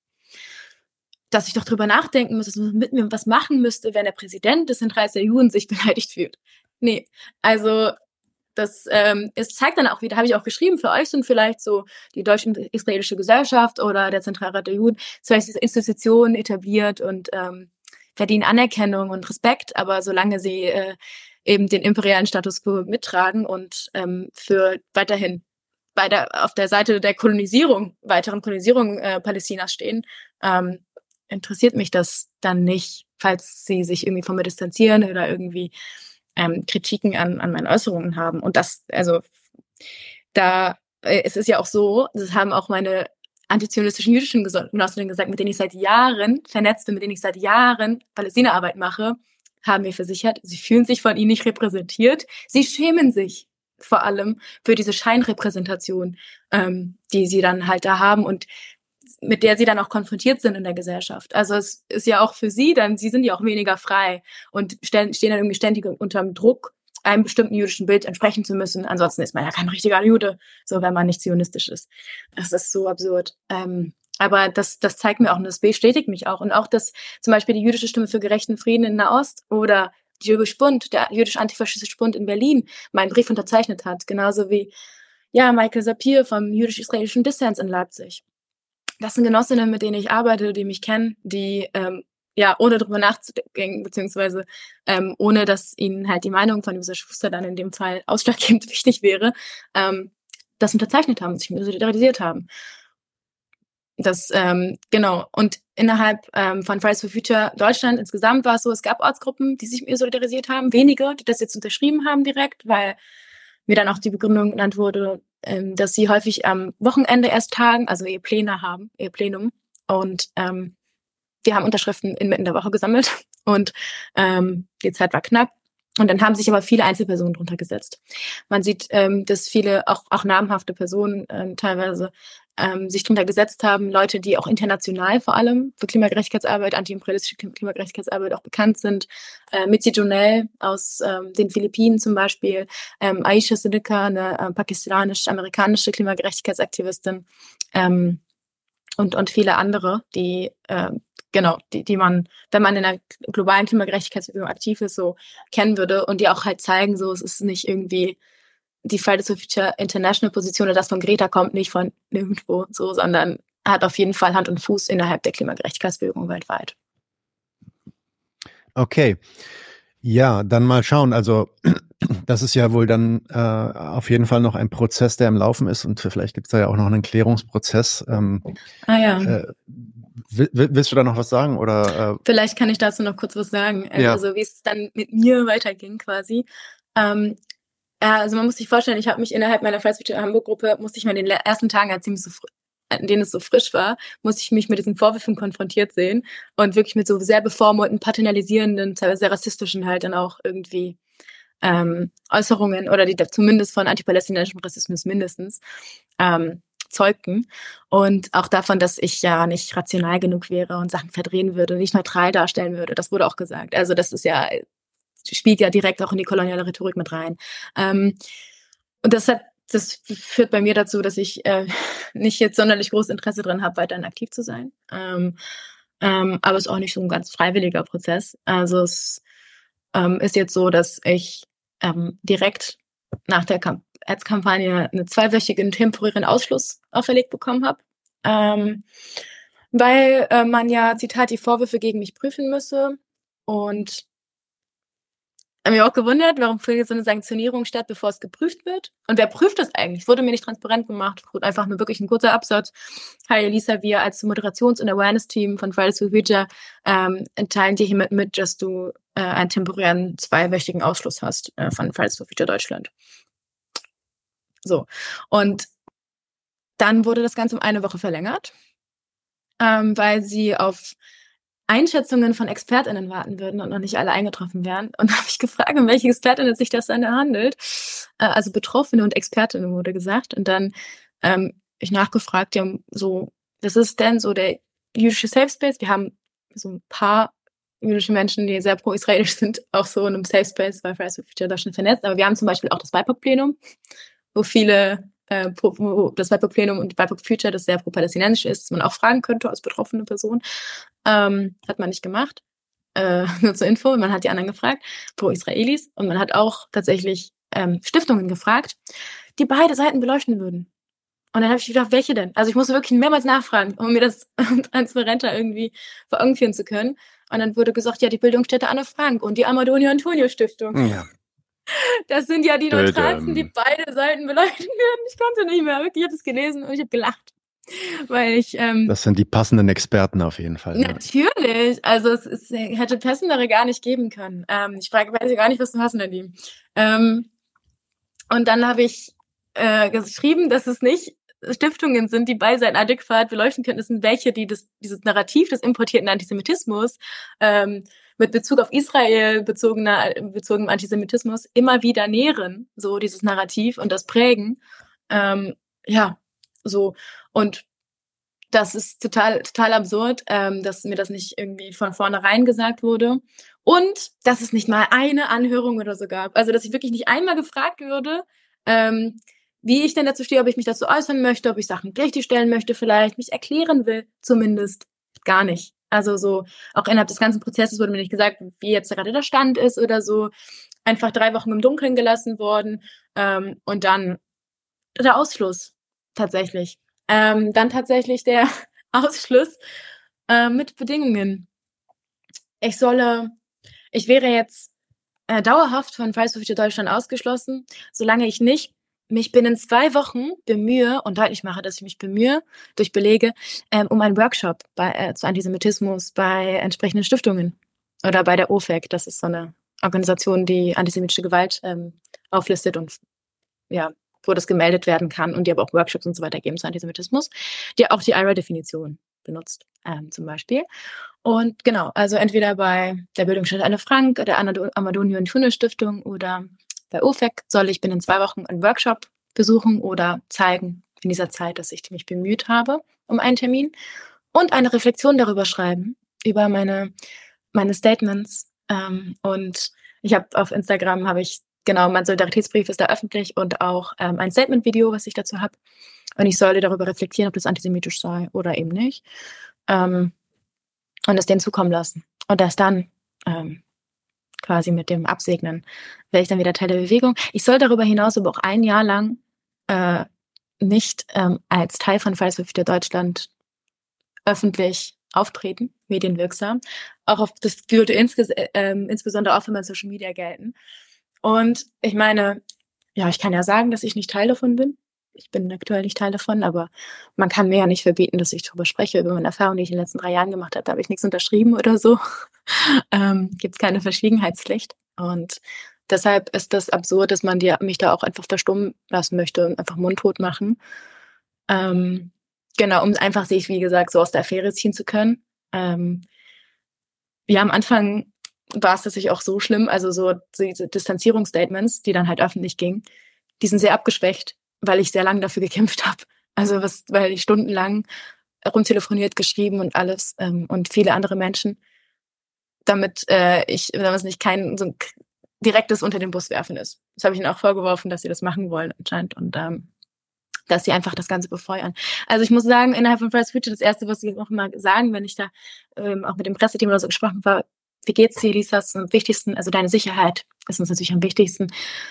Dass ich doch drüber nachdenken muss, dass man mit mir was machen müsste, wenn der Präsident des Zentrals der Juden sich beleidigt fühlt. Nee, also das ähm, es zeigt dann auch wieder, habe ich auch geschrieben, für euch sind vielleicht so die deutsch-israelische Gesellschaft oder der Zentralrat der Juden, vielleicht diese Institutionen etabliert und ähm, verdienen Anerkennung und Respekt, aber solange sie äh, eben den imperialen Status quo mittragen und ähm, für weiterhin bei der, auf der Seite der Kolonisierung, weiteren Kolonisierung äh, Palästinas stehen, ähm, interessiert mich das dann nicht, falls sie sich irgendwie von mir distanzieren oder irgendwie ähm, Kritiken an, an meinen Äußerungen haben. Und das, also da, äh, es ist ja auch so, das haben auch meine antizionistischen jüdischen Genossinnen gesagt, mit denen ich seit Jahren vernetzt bin, mit denen ich seit Jahren Palästina-Arbeit mache, haben mir versichert, sie fühlen sich von ihnen nicht repräsentiert. Sie schämen sich vor allem für diese Scheinrepräsentation, ähm, die sie dann halt da haben und mit der sie dann auch konfrontiert sind in der Gesellschaft. Also es ist ja auch für sie dann, sie sind ja auch weniger frei und stehen dann irgendwie ständig unter dem Druck, einem bestimmten jüdischen Bild entsprechen zu müssen. Ansonsten ist man ja kein richtiger Jude, so wenn man nicht zionistisch ist. Das ist so absurd. Ähm, aber das, das zeigt mir auch und das bestätigt mich auch. Und auch, dass zum Beispiel die jüdische Stimme für gerechten Frieden in Nahost oder die Jüdisch Bund, der jüdisch-antifaschistische Bund in Berlin, meinen Brief unterzeichnet hat. Genauso wie ja Michael Sapir vom jüdisch-israelischen Dissens in Leipzig. Das sind Genossinnen, mit denen ich arbeite, die mich kennen, die ähm, ja ohne drüber nachzudenken, beziehungsweise ähm, ohne, dass ihnen halt die Meinung von Jusa Schuster dann in dem Fall ausschlaggebend wichtig wäre, ähm, das unterzeichnet haben, sich mit mir solidarisiert haben. Das, ähm, genau. Und innerhalb ähm, von Fridays for Future Deutschland insgesamt war es so, es gab Ortsgruppen, die sich mit mir solidarisiert haben, wenige, die das jetzt unterschrieben haben direkt, weil mir dann auch die Begründung genannt wurde, ähm, dass sie häufig am Wochenende erst tagen, also ihr Pläne haben, ihr Plenum. Und ähm, wir haben Unterschriften inmitten der Woche gesammelt und ähm, die Zeit war knapp. Und dann haben sich aber viele Einzelpersonen drunter gesetzt. Man sieht, ähm, dass viele, auch, auch namhafte Personen ähm, teilweise, ähm, sich drunter gesetzt haben, Leute, die auch international vor allem für Klimagerechtigkeitsarbeit, antiimperialistische Klimagerechtigkeitsarbeit auch bekannt sind. Äh, Mitzi Jonell aus ähm, den Philippinen zum Beispiel, ähm, Aisha Siddiqa, eine äh, pakistanisch-amerikanische Klimagerechtigkeitsaktivistin, ähm, und, und viele andere, die, äh, genau, die, die man, wenn man in einer globalen Klimagerechtigkeitsbewegung aktiv ist, so kennen würde und die auch halt zeigen, so, es ist nicht irgendwie die Fridays for Future International Position oder das von Greta kommt nicht von nirgendwo, so, sondern hat auf jeden Fall Hand und Fuß innerhalb der Klimagerechtigkeitsbewegung weltweit. Okay. Ja, dann mal schauen. Also das ist ja wohl dann äh, auf jeden Fall noch ein Prozess, der im Laufen ist und vielleicht gibt es da ja auch noch einen Klärungsprozess. Ähm, ah ja. Äh, will, willst du da noch was sagen? Oder, äh? Vielleicht kann ich dazu noch kurz was sagen. Ja. Also wie es dann mit mir weiterging quasi. Ähm, also man muss sich vorstellen, ich habe mich innerhalb meiner Fridays for Future Hamburg-Gruppe, musste ich mal in den ersten Tagen, als so fr- in denen es so frisch war, musste ich mich mit diesen Vorwürfen konfrontiert sehen und wirklich mit so sehr bevormundeten, paternalisierenden, teilweise sehr rassistischen halt dann auch irgendwie ähm, Äußerungen oder die zumindest von antipalästinensischem Rassismus mindestens ähm, zeugten. Und auch davon, dass ich ja nicht rational genug wäre und Sachen verdrehen würde, nicht neutral darstellen würde. Das wurde auch gesagt. Also das ist ja, spielt ja direkt auch in die koloniale Rhetorik mit rein. Ähm, und das hat Das führt bei mir dazu, dass ich äh, nicht jetzt sonderlich großes Interesse daran habe, weiterhin aktiv zu sein. Ähm, ähm, aber es ist auch nicht so ein ganz freiwilliger Prozess. Also es ähm, ist jetzt so, dass ich ähm, direkt nach der Kamp- Ads-Kampagne einen zweiwöchigen temporären Ausschluss auferlegt bekommen habe, ähm, weil äh, man ja, Zitat, die Vorwürfe gegen mich prüfen müsse. Und ich habe mich auch gewundert, warum findet so eine Sanktionierung statt, bevor es geprüft wird? Und wer prüft das eigentlich? Wurde mir nicht transparent gemacht. Einfach nur wirklich ein kurzer Absatz. Hi Elisa, wir als Moderations- und Awareness-Team von Fridays for Future ähm, teilen dir hiermit mit, dass du äh, einen temporären zweiwöchigen Ausschluss hast äh, von Fridays for Future Deutschland. So. Und dann wurde das Ganze um eine Woche verlängert, ähm, weil sie auf Einschätzungen von ExpertInnen warten würden und noch nicht alle eingetroffen wären. Und da habe ich gefragt, um welche ExpertInnen sich das dann handelt. Äh, also Betroffene und ExpertInnen wurde gesagt. Und dann ähm, ich nachgefragt, ja, so, was ist denn so der jüdische Safe Space? Wir haben so ein paar jüdische Menschen, die sehr pro-israelisch sind, auch so in einem Safe Space bei Fridays for Future Deutschland vernetzt. Aber wir haben zum Beispiel auch das B I P O C-Plenum, wo viele, äh, pro, wo das B I P O C-Plenum und B I P O C Future, das sehr pro-palästinensisch ist, das man auch fragen könnte als betroffene Person. Ähm, hat man nicht gemacht. Äh, nur zur Info, man hat die anderen gefragt, pro-Israelis. Und man hat auch tatsächlich ähm, Stiftungen gefragt, die beide Seiten beleuchten würden. Und dann habe ich gedacht, welche denn? Also ich musste wirklich mehrmals nachfragen, um mir das transparenter irgendwie vor Augen führen zu können. Und dann wurde gesagt, ja, die Bildungsstätte Anne Frank und die Amadonio Antonio Stiftung. Ja. Das sind ja die neutralsten, die Dödem. beide Seiten beleuchten werden. Ich konnte nicht mehr. Wirklich, ich habe es gelesen und ich habe gelacht. Weil ich, ähm, Das sind die passenden Experten auf jeden Fall. Ja. Natürlich. Also es, es hätte passendere gar nicht geben können. Ähm, ich frage, weiß ja gar nicht, was du hast, Nadine. Ähm, und dann habe ich äh, geschrieben, dass es nicht Stiftungen sind, die beide Seiten adäquat beleuchten können. Es sind welche, die das, dieses Narrativ des importierten Antisemitismus ähm, mit Bezug auf Israel bezogener bezogenem Antisemitismus immer wieder nähren, so dieses Narrativ und das prägen. Ähm, ja, so. Und das ist total, total absurd, ähm, dass mir das nicht irgendwie von vornherein gesagt wurde. Und dass es nicht mal eine Anhörung oder so gab. Also, dass ich wirklich nicht einmal gefragt würde, ähm, wie ich denn dazu stehe, ob ich mich dazu äußern möchte, ob ich Sachen richtigstellen möchte vielleicht, mich erklären will, zumindest. Gar nicht. Also so, auch innerhalb des ganzen Prozesses wurde mir nicht gesagt, wie jetzt gerade der Stand ist oder so. Einfach drei Wochen im Dunkeln gelassen worden. Ähm, und dann der Ausschluss tatsächlich. Ähm, dann tatsächlich der Ausschluss äh, mit Bedingungen. Ich solle, ich wäre jetzt äh, dauerhaft von Fridays for Future Deutschland ausgeschlossen, solange ich nicht mich binnen zwei Wochen bemühe und deutlich mache, dass ich mich bemühe, durch Belege, ähm, um einen Workshop bei, äh, zu Antisemitismus bei entsprechenden Stiftungen oder bei der O F E C. Das ist so eine Organisation, die antisemitische Gewalt ähm, auflistet und ja, wo das gemeldet werden kann und die aber auch Workshops und so weiter geben zu Antisemitismus, die auch die I R A-Definition benutzt, ähm, zum Beispiel. Und genau, also entweder bei der Bildungsstätte Anne Frank, der Amadonio Antonio Stiftung oder bei O F E C soll ich binnen zwei Wochen einen Workshop besuchen oder zeigen in dieser Zeit, dass ich mich bemüht habe um einen Termin und eine Reflexion darüber schreiben, über meine, meine Statements. Ähm, und ich habe auf Instagram, habe ich Genau, mein Solidaritätsbrief ist da öffentlich und auch ähm, ein Statement-Video, was ich dazu habe. Und ich sollte darüber reflektieren, ob das antisemitisch sei oder eben nicht. Ähm, und es denen zukommen lassen. Und erst dann ähm, quasi mit dem Absegnen wäre ich dann wieder Teil der Bewegung. Ich soll darüber hinaus aber auch ein Jahr lang äh, nicht ähm, als Teil von Fridays for Future Deutschland öffentlich auftreten, medienwirksam. Auch auf das würde insges- äh, insbesondere auch für mein Social Media gelten. Und ich meine, ja, ich kann ja sagen, dass ich nicht Teil davon bin. Ich bin aktuell nicht Teil davon, aber man kann mir ja nicht verbieten, dass ich darüber spreche, über meine Erfahrungen, die ich in den letzten drei Jahren gemacht habe. Da habe ich nichts unterschrieben oder so. ähm, Gibt es keine Verschwiegenheitspflicht. Und deshalb ist das absurd, dass man die, mich da auch einfach verstummen lassen möchte und einfach mundtot machen. Ähm, genau, um einfach sich, wie gesagt, so aus der Affäre ziehen zu können. Ähm, ja, am Anfang war es tatsächlich auch so schlimm, also so diese Distanzierungsstatements, die dann halt öffentlich gingen, die sind sehr abgeschwächt, weil ich sehr lange dafür gekämpft habe. Also was, weil ich stundenlang rumtelefoniert, geschrieben und alles ähm, und viele andere Menschen, damit äh, ich, damit es nicht kein so ein direktes unter den Bus werfen ist. Das habe ich ihnen auch vorgeworfen, dass sie das machen wollen anscheinend und ähm, dass sie einfach das Ganze befeuern. Also ich muss sagen, innerhalb von Fridays for Future, das Erste, was sie auch immer sagen, wenn ich da ähm, auch mit dem Presseteam oder so gesprochen war, wie geht's dir, Lisa? Das ist am wichtigsten, also deine Sicherheit ist uns natürlich am wichtigsten.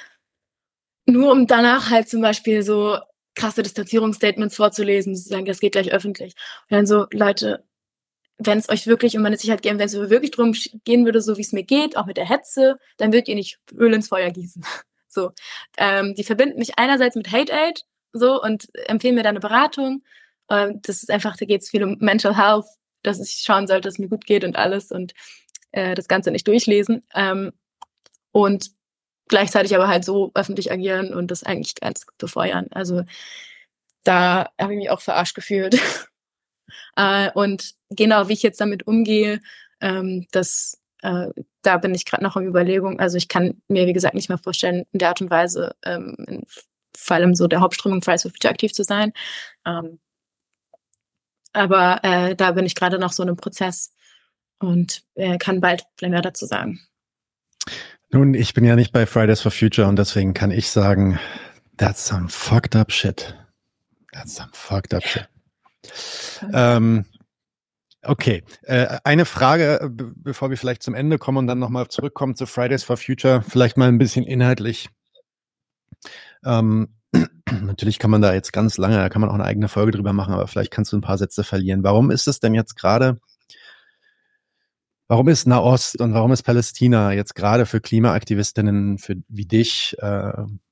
Nur um danach halt zum Beispiel so krasse Distanzierungsstatements vorzulesen, zu sagen, das geht gleich öffentlich. Und dann so, Leute, wenn es euch wirklich um meine Sicherheit geht, wenn es wirklich darum gehen würde, so wie es mir geht, auch mit der Hetze, dann würdet ihr nicht Öl ins Feuer gießen. So, ähm, die verbinden mich einerseits mit Hate Aid, so, und empfehlen mir da eine Beratung. Ähm, das ist einfach, da geht es viel um Mental Health, dass ich schauen sollte, dass es mir gut geht und alles und äh, das Ganze nicht durchlesen. Ähm, und gleichzeitig aber halt so öffentlich agieren und das eigentlich ganz befeuern. Also da habe ich mich auch verarscht gefühlt. äh, und genau, wie ich jetzt damit umgehe, ähm, das, äh, da bin ich gerade noch in Überlegung. Also ich kann mir, wie gesagt, nicht mehr vorstellen, in der Art und Weise, ähm, in, vor allem so der Hauptströmung Fridays for Future aktiv zu sein. Ähm, aber äh, da bin ich gerade noch so in einem Prozess. und er kann bald mehr dazu sagen. Nun, ich bin ja nicht bei Fridays for Future und deswegen kann ich sagen, that's some fucked up shit. That's some fucked up shit. Ähm, okay, äh, eine Frage, be- bevor wir vielleicht zum Ende kommen und dann nochmal zurückkommen zu Fridays for Future, vielleicht mal ein bisschen inhaltlich. Ähm, natürlich kann man da jetzt ganz lange, da kann man auch eine eigene Folge drüber machen, aber vielleicht kannst du ein paar Sätze verlieren. Warum ist es denn jetzt gerade, warum ist Nahost und warum ist Palästina jetzt gerade für Klimaaktivistinnen für, wie dich, äh,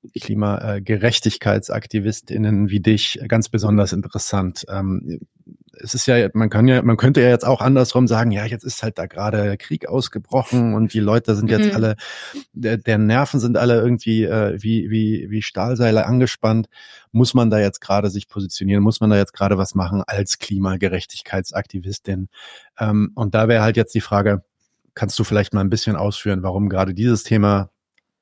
Klimagerechtigkeitsaktivistinnen wie dich ganz besonders interessant? Ähm, es ist ja, man kann ja, man könnte ja jetzt auch andersrum sagen, ja, jetzt ist halt da gerade Krieg ausgebrochen und die Leute sind jetzt Mhm. alle, der, der Nerven sind alle irgendwie äh, wie, wie, wie Stahlseile angespannt. Muss man da jetzt gerade sich positionieren? Muss man da jetzt gerade was machen als Klimagerechtigkeitsaktivistin? Ähm, und da wäre halt jetzt die Frage, kannst du vielleicht mal ein bisschen ausführen, warum gerade dieses Thema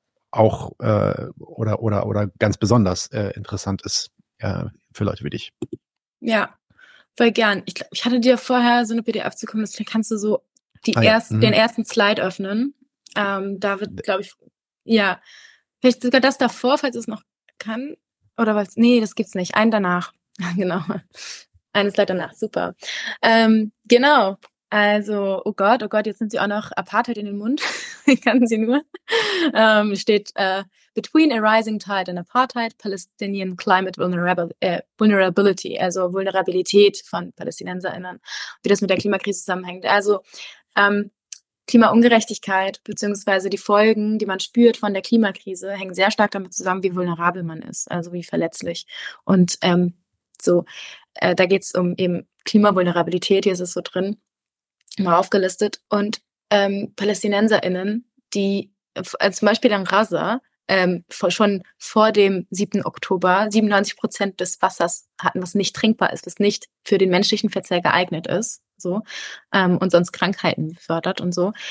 auch äh, oder, oder, oder ganz besonders äh, interessant ist äh, für Leute wie dich? Ja, voll gern. Ich, glaub, ich hatte dir vorher so eine P D F zukommen lassen, da kannst du so die Ah ja, erst, mhm. den ersten Slide öffnen. Ähm, da wird, glaube ich, ja, vielleicht sogar das davor, falls es noch kann. Oder was? Nee, das gibt's nicht. Einen danach. Genau. Eine Slide danach. Super. Ähm, genau. Also, oh Gott, oh Gott, jetzt nimmt sie auch noch Apartheid in den Mund. Ich kann sie nur. Ähm, steht äh, Between a rising tide and apartheid, Palestinian climate vulnerabil äh, vulnerability, also Vulnerabilität von PalästinenserInnen, wie das mit der Klimakrise zusammenhängt. Also ähm, Klimaungerechtigkeit beziehungsweise die Folgen, die man spürt von der Klimakrise, hängen sehr stark damit zusammen, wie vulnerabel man ist, also wie verletzlich. Und ähm, so, äh, da geht es um eben Klimavulnerabilität, hier ist es so drin, mal aufgelistet. Und ähm, PalästinenserInnen, die äh, zum Beispiel in Raza, ähm, vor, schon vor dem siebten Oktober siebenundneunzig Prozent des Wassers hatten, was nicht trinkbar ist, was nicht für den menschlichen Verzehr geeignet ist, so, ähm, und sonst Krankheiten fördert und so.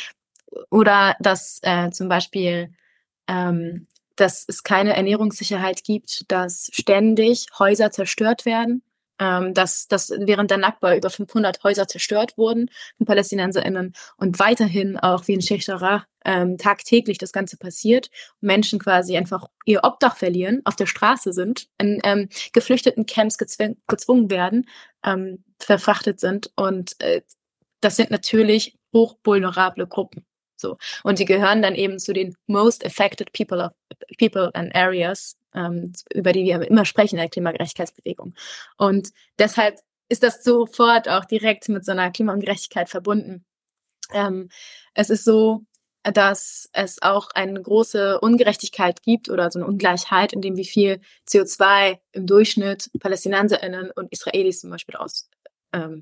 Oder dass äh, zum Beispiel, ähm, dass es keine Ernährungssicherheit gibt, dass ständig Häuser zerstört werden, ähm, dass, dass während der Nakba über fünfhundert Häuser zerstört wurden von PalästinenserInnen und weiterhin auch wie in Sheikh Jarrah ähm, tagtäglich das Ganze passiert, Menschen quasi einfach ihr Obdach verlieren, auf der Straße sind, in ähm, geflüchteten Camps gezwungen, gezwungen werden, ähm, verfrachtet sind und äh, das sind natürlich hochvulnerable Gruppen. So. Und die gehören dann eben zu den most affected people of people and areas, ähm, über die wir immer sprechen in der Klimagerechtigkeitsbewegung. Und deshalb ist das sofort auch direkt mit so einer Klimaungerechtigkeit verbunden. Ähm, es ist so, dass es auch eine große Ungerechtigkeit gibt oder so eine Ungleichheit, in dem wie viel C O zwei im Durchschnitt PalästinenserInnen und Israelis zum Beispiel aus ähm,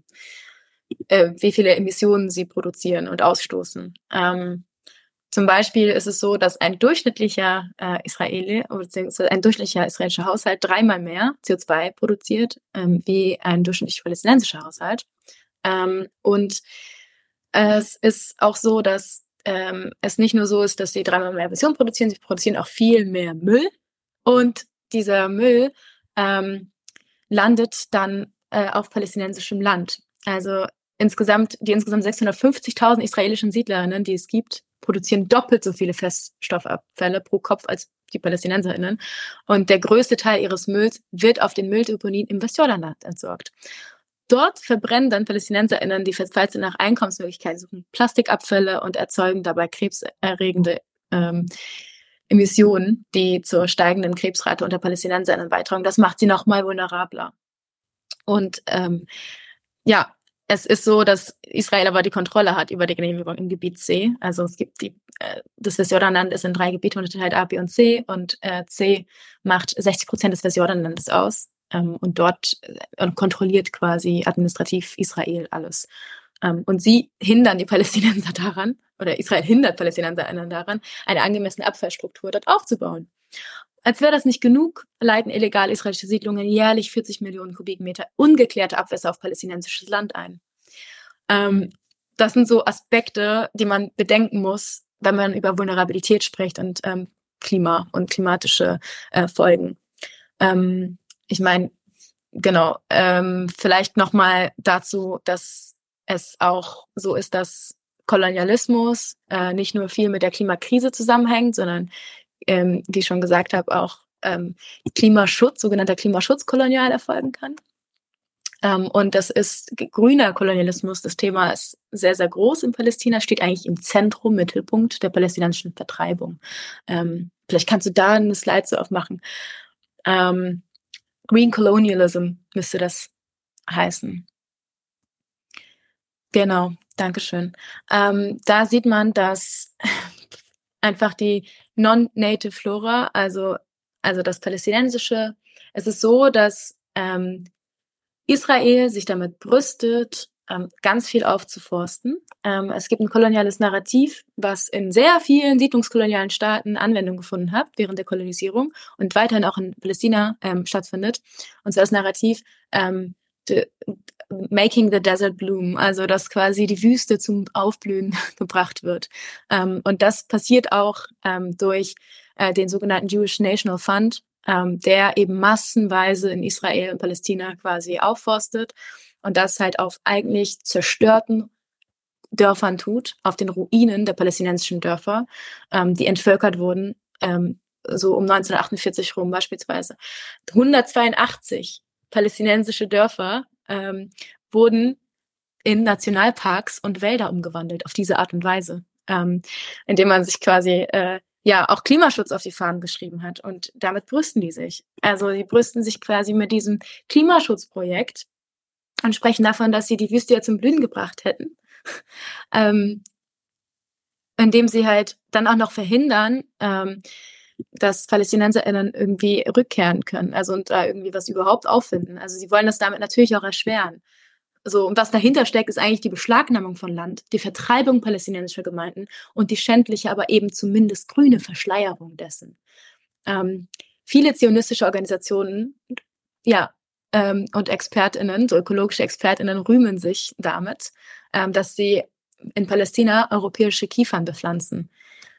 äh, wie viele Emissionen sie produzieren und ausstoßen. Ähm, zum Beispiel ist es so, dass ein durchschnittlicher äh, Israeli bzw. ein durchschnittlicher israelischer Haushalt dreimal mehr C O zwei produziert ähm, wie ein durchschnittlicher palästinensischer Haushalt. Ähm, und es ist auch so, dass ähm, es nicht nur so ist, dass sie dreimal mehr Emissionen produzieren, sie produzieren auch viel mehr Müll. Und dieser Müll ähm, landet dann äh, auf palästinensischem Land. Also insgesamt, die insgesamt sechshundertfünfzigtausend israelischen Siedlerinnen, die es gibt, produzieren doppelt so viele Feststoffabfälle pro Kopf als die PalästinenserInnen. Und der größte Teil ihres Mülls wird auf den Mülldeponien im Westjordanland entsorgt. Dort verbrennen dann PalästinenserInnen, die verzweifelt nach Einkommensmöglichkeiten suchen, Plastikabfälle und erzeugen dabei krebserregende ähm, Emissionen, die zur steigenden Krebsrate unter PalästinenserInnen beitragen. Das macht sie nochmal vulnerabler. Und ähm, ja, es ist so, dass Israel aber die Kontrolle hat über die Genehmigung im Gebiet C. Also es gibt die, äh, das Westjordanland ist in drei Gebiete unterteilt, A, B und C. Und äh, C macht sechzig Prozent des Westjordanlandes aus. Ähm, und dort äh, kontrolliert quasi administrativ Israel alles. Ähm, und sie hindern die Palästinenser daran, oder Israel hindert Palästinenser daran, eine angemessene Abfallstruktur dort aufzubauen. Als wäre das nicht genug, leiten illegal israelische Siedlungen jährlich vierzig Millionen Kubikmeter ungeklärte Abwässer auf palästinensisches Land ein. Ähm, das sind so Aspekte, die man bedenken muss, wenn man über Vulnerabilität spricht und ähm, Klima und klimatische äh, Folgen. Ähm, ich meine, genau, ähm, vielleicht nochmal dazu, dass es auch so ist, dass Kolonialismus äh, nicht nur viel mit der Klimakrise zusammenhängt, sondern, ähm, wie ich schon gesagt habe, auch ähm, Klimaschutz, sogenannter Klimaschutz kolonial erfolgen kann. Ähm, und das ist grüner Kolonialismus. Das Thema ist sehr, sehr groß in Palästina, steht eigentlich im Zentrum, Mittelpunkt der palästinensischen Vertreibung. Ähm, vielleicht kannst du da eine Slide so aufmachen. Ähm, Green Colonialism müsste das heißen. Genau, Dankeschön. Ähm, da sieht man, dass einfach die Non-Native Flora, also, also das Palästinensische, es ist so, dass ähm, Israel sich damit brüstet, ähm, ganz viel aufzuforsten. Ähm, es gibt ein koloniales Narrativ, was in sehr vielen siedlungskolonialen Staaten Anwendung gefunden hat während der Kolonisierung und weiterhin auch in Palästina ähm, stattfindet. Und zwar das Narrativ ähm, the, Making the Desert Bloom, also dass quasi die Wüste zum Aufblühen gebracht wird. Ähm, und das passiert auch ähm, durch äh, den sogenannten Jewish National Fund, ähm, der eben massenweise in Israel und Palästina quasi aufforstet und das halt auf eigentlich zerstörten Dörfern tut, auf den Ruinen der palästinensischen Dörfer, ähm, die entvölkert wurden, ähm, so um neunzehnhundertachtundvierzig rum beispielsweise. hundertzweiundachtzig palästinensische Dörfer ähm, wurden in Nationalparks und Wälder umgewandelt auf diese Art und Weise, ähm, indem man sich quasi äh, ja auch Klimaschutz auf die Fahnen geschrieben hat. Und damit brüsten die sich. Also die brüsten sich quasi mit diesem Klimaschutzprojekt und sprechen davon, dass sie die Wüste ja zum Blühen gebracht hätten. ähm, indem sie halt dann auch noch verhindern, ähm, dass PalästinenserInnen irgendwie rückkehren können, also und da irgendwie was überhaupt auffinden. Also sie wollen das damit natürlich auch erschweren. So, und was dahinter steckt, ist eigentlich die Beschlagnahmung von Land, die Vertreibung palästinensischer Gemeinden und die schändliche, aber eben zumindest grüne Verschleierung dessen. Ähm, viele zionistische Organisationen, ja, ähm, und ExpertInnen, so ökologische ExpertInnen rühmen sich damit, ähm, dass sie in Palästina europäische Kiefern bepflanzen.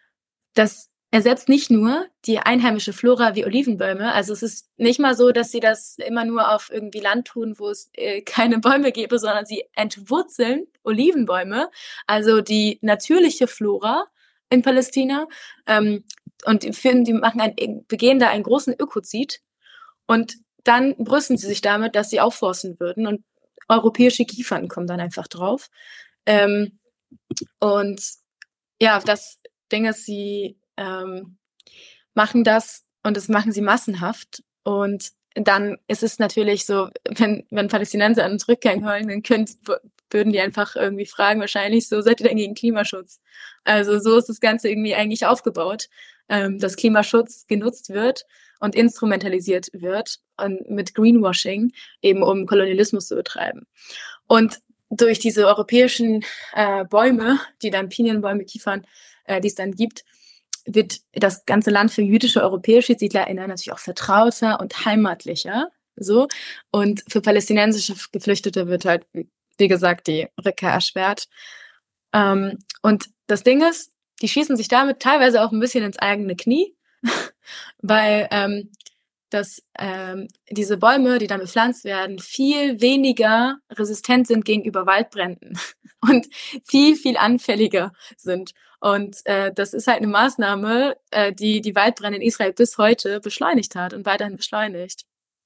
Das ersetzt nicht nur die einheimische Flora wie Olivenbäume. Also es ist nicht mal so, dass sie das immer nur auf irgendwie Land tun, wo es äh, keine Bäume gäbe, sondern sie entwurzeln Olivenbäume, also die natürliche Flora in Palästina. Ähm, und die, finden, die machen ein, begehen da einen großen Ökozid und dann brüsten sie sich damit, dass sie aufforsten würden und europäische Kiefern kommen dann einfach drauf. Ähm, und ja, das Ding ist, sie ähm, machen das und das machen sie massenhaft. Und dann ist es natürlich so, wenn, wenn Palästinenser an uns rückkehren wollen, dann könnt, würden die einfach irgendwie fragen, wahrscheinlich so, seid ihr denn gegen Klimaschutz? Also so ist das Ganze irgendwie eigentlich aufgebaut, ähm, dass Klimaschutz genutzt wird und instrumentalisiert wird und mit Greenwashing, eben um Kolonialismus zu betreiben. Und durch diese europäischen äh, Bäume, die dann Pinienbäume, Kiefern, äh, die es dann gibt, wird das ganze Land für jüdische europäische SiedlerInnen natürlich auch vertrauter und heimatlicher. So. Und für palästinensische Geflüchtete wird halt, wie gesagt, die Rückkehr erschwert. Ähm, und das Ding ist, die schießen sich damit teilweise auch ein bisschen ins eigene Knie, weil ähm, dass ähm, diese Bäume, die dann bepflanzt werden, viel weniger resistent sind gegenüber Waldbränden und viel, viel anfälliger sind. Und äh, das ist halt eine Maßnahme, äh, die die Waldbrände in Israel bis heute beschleunigt hat und weiterhin beschleunigt.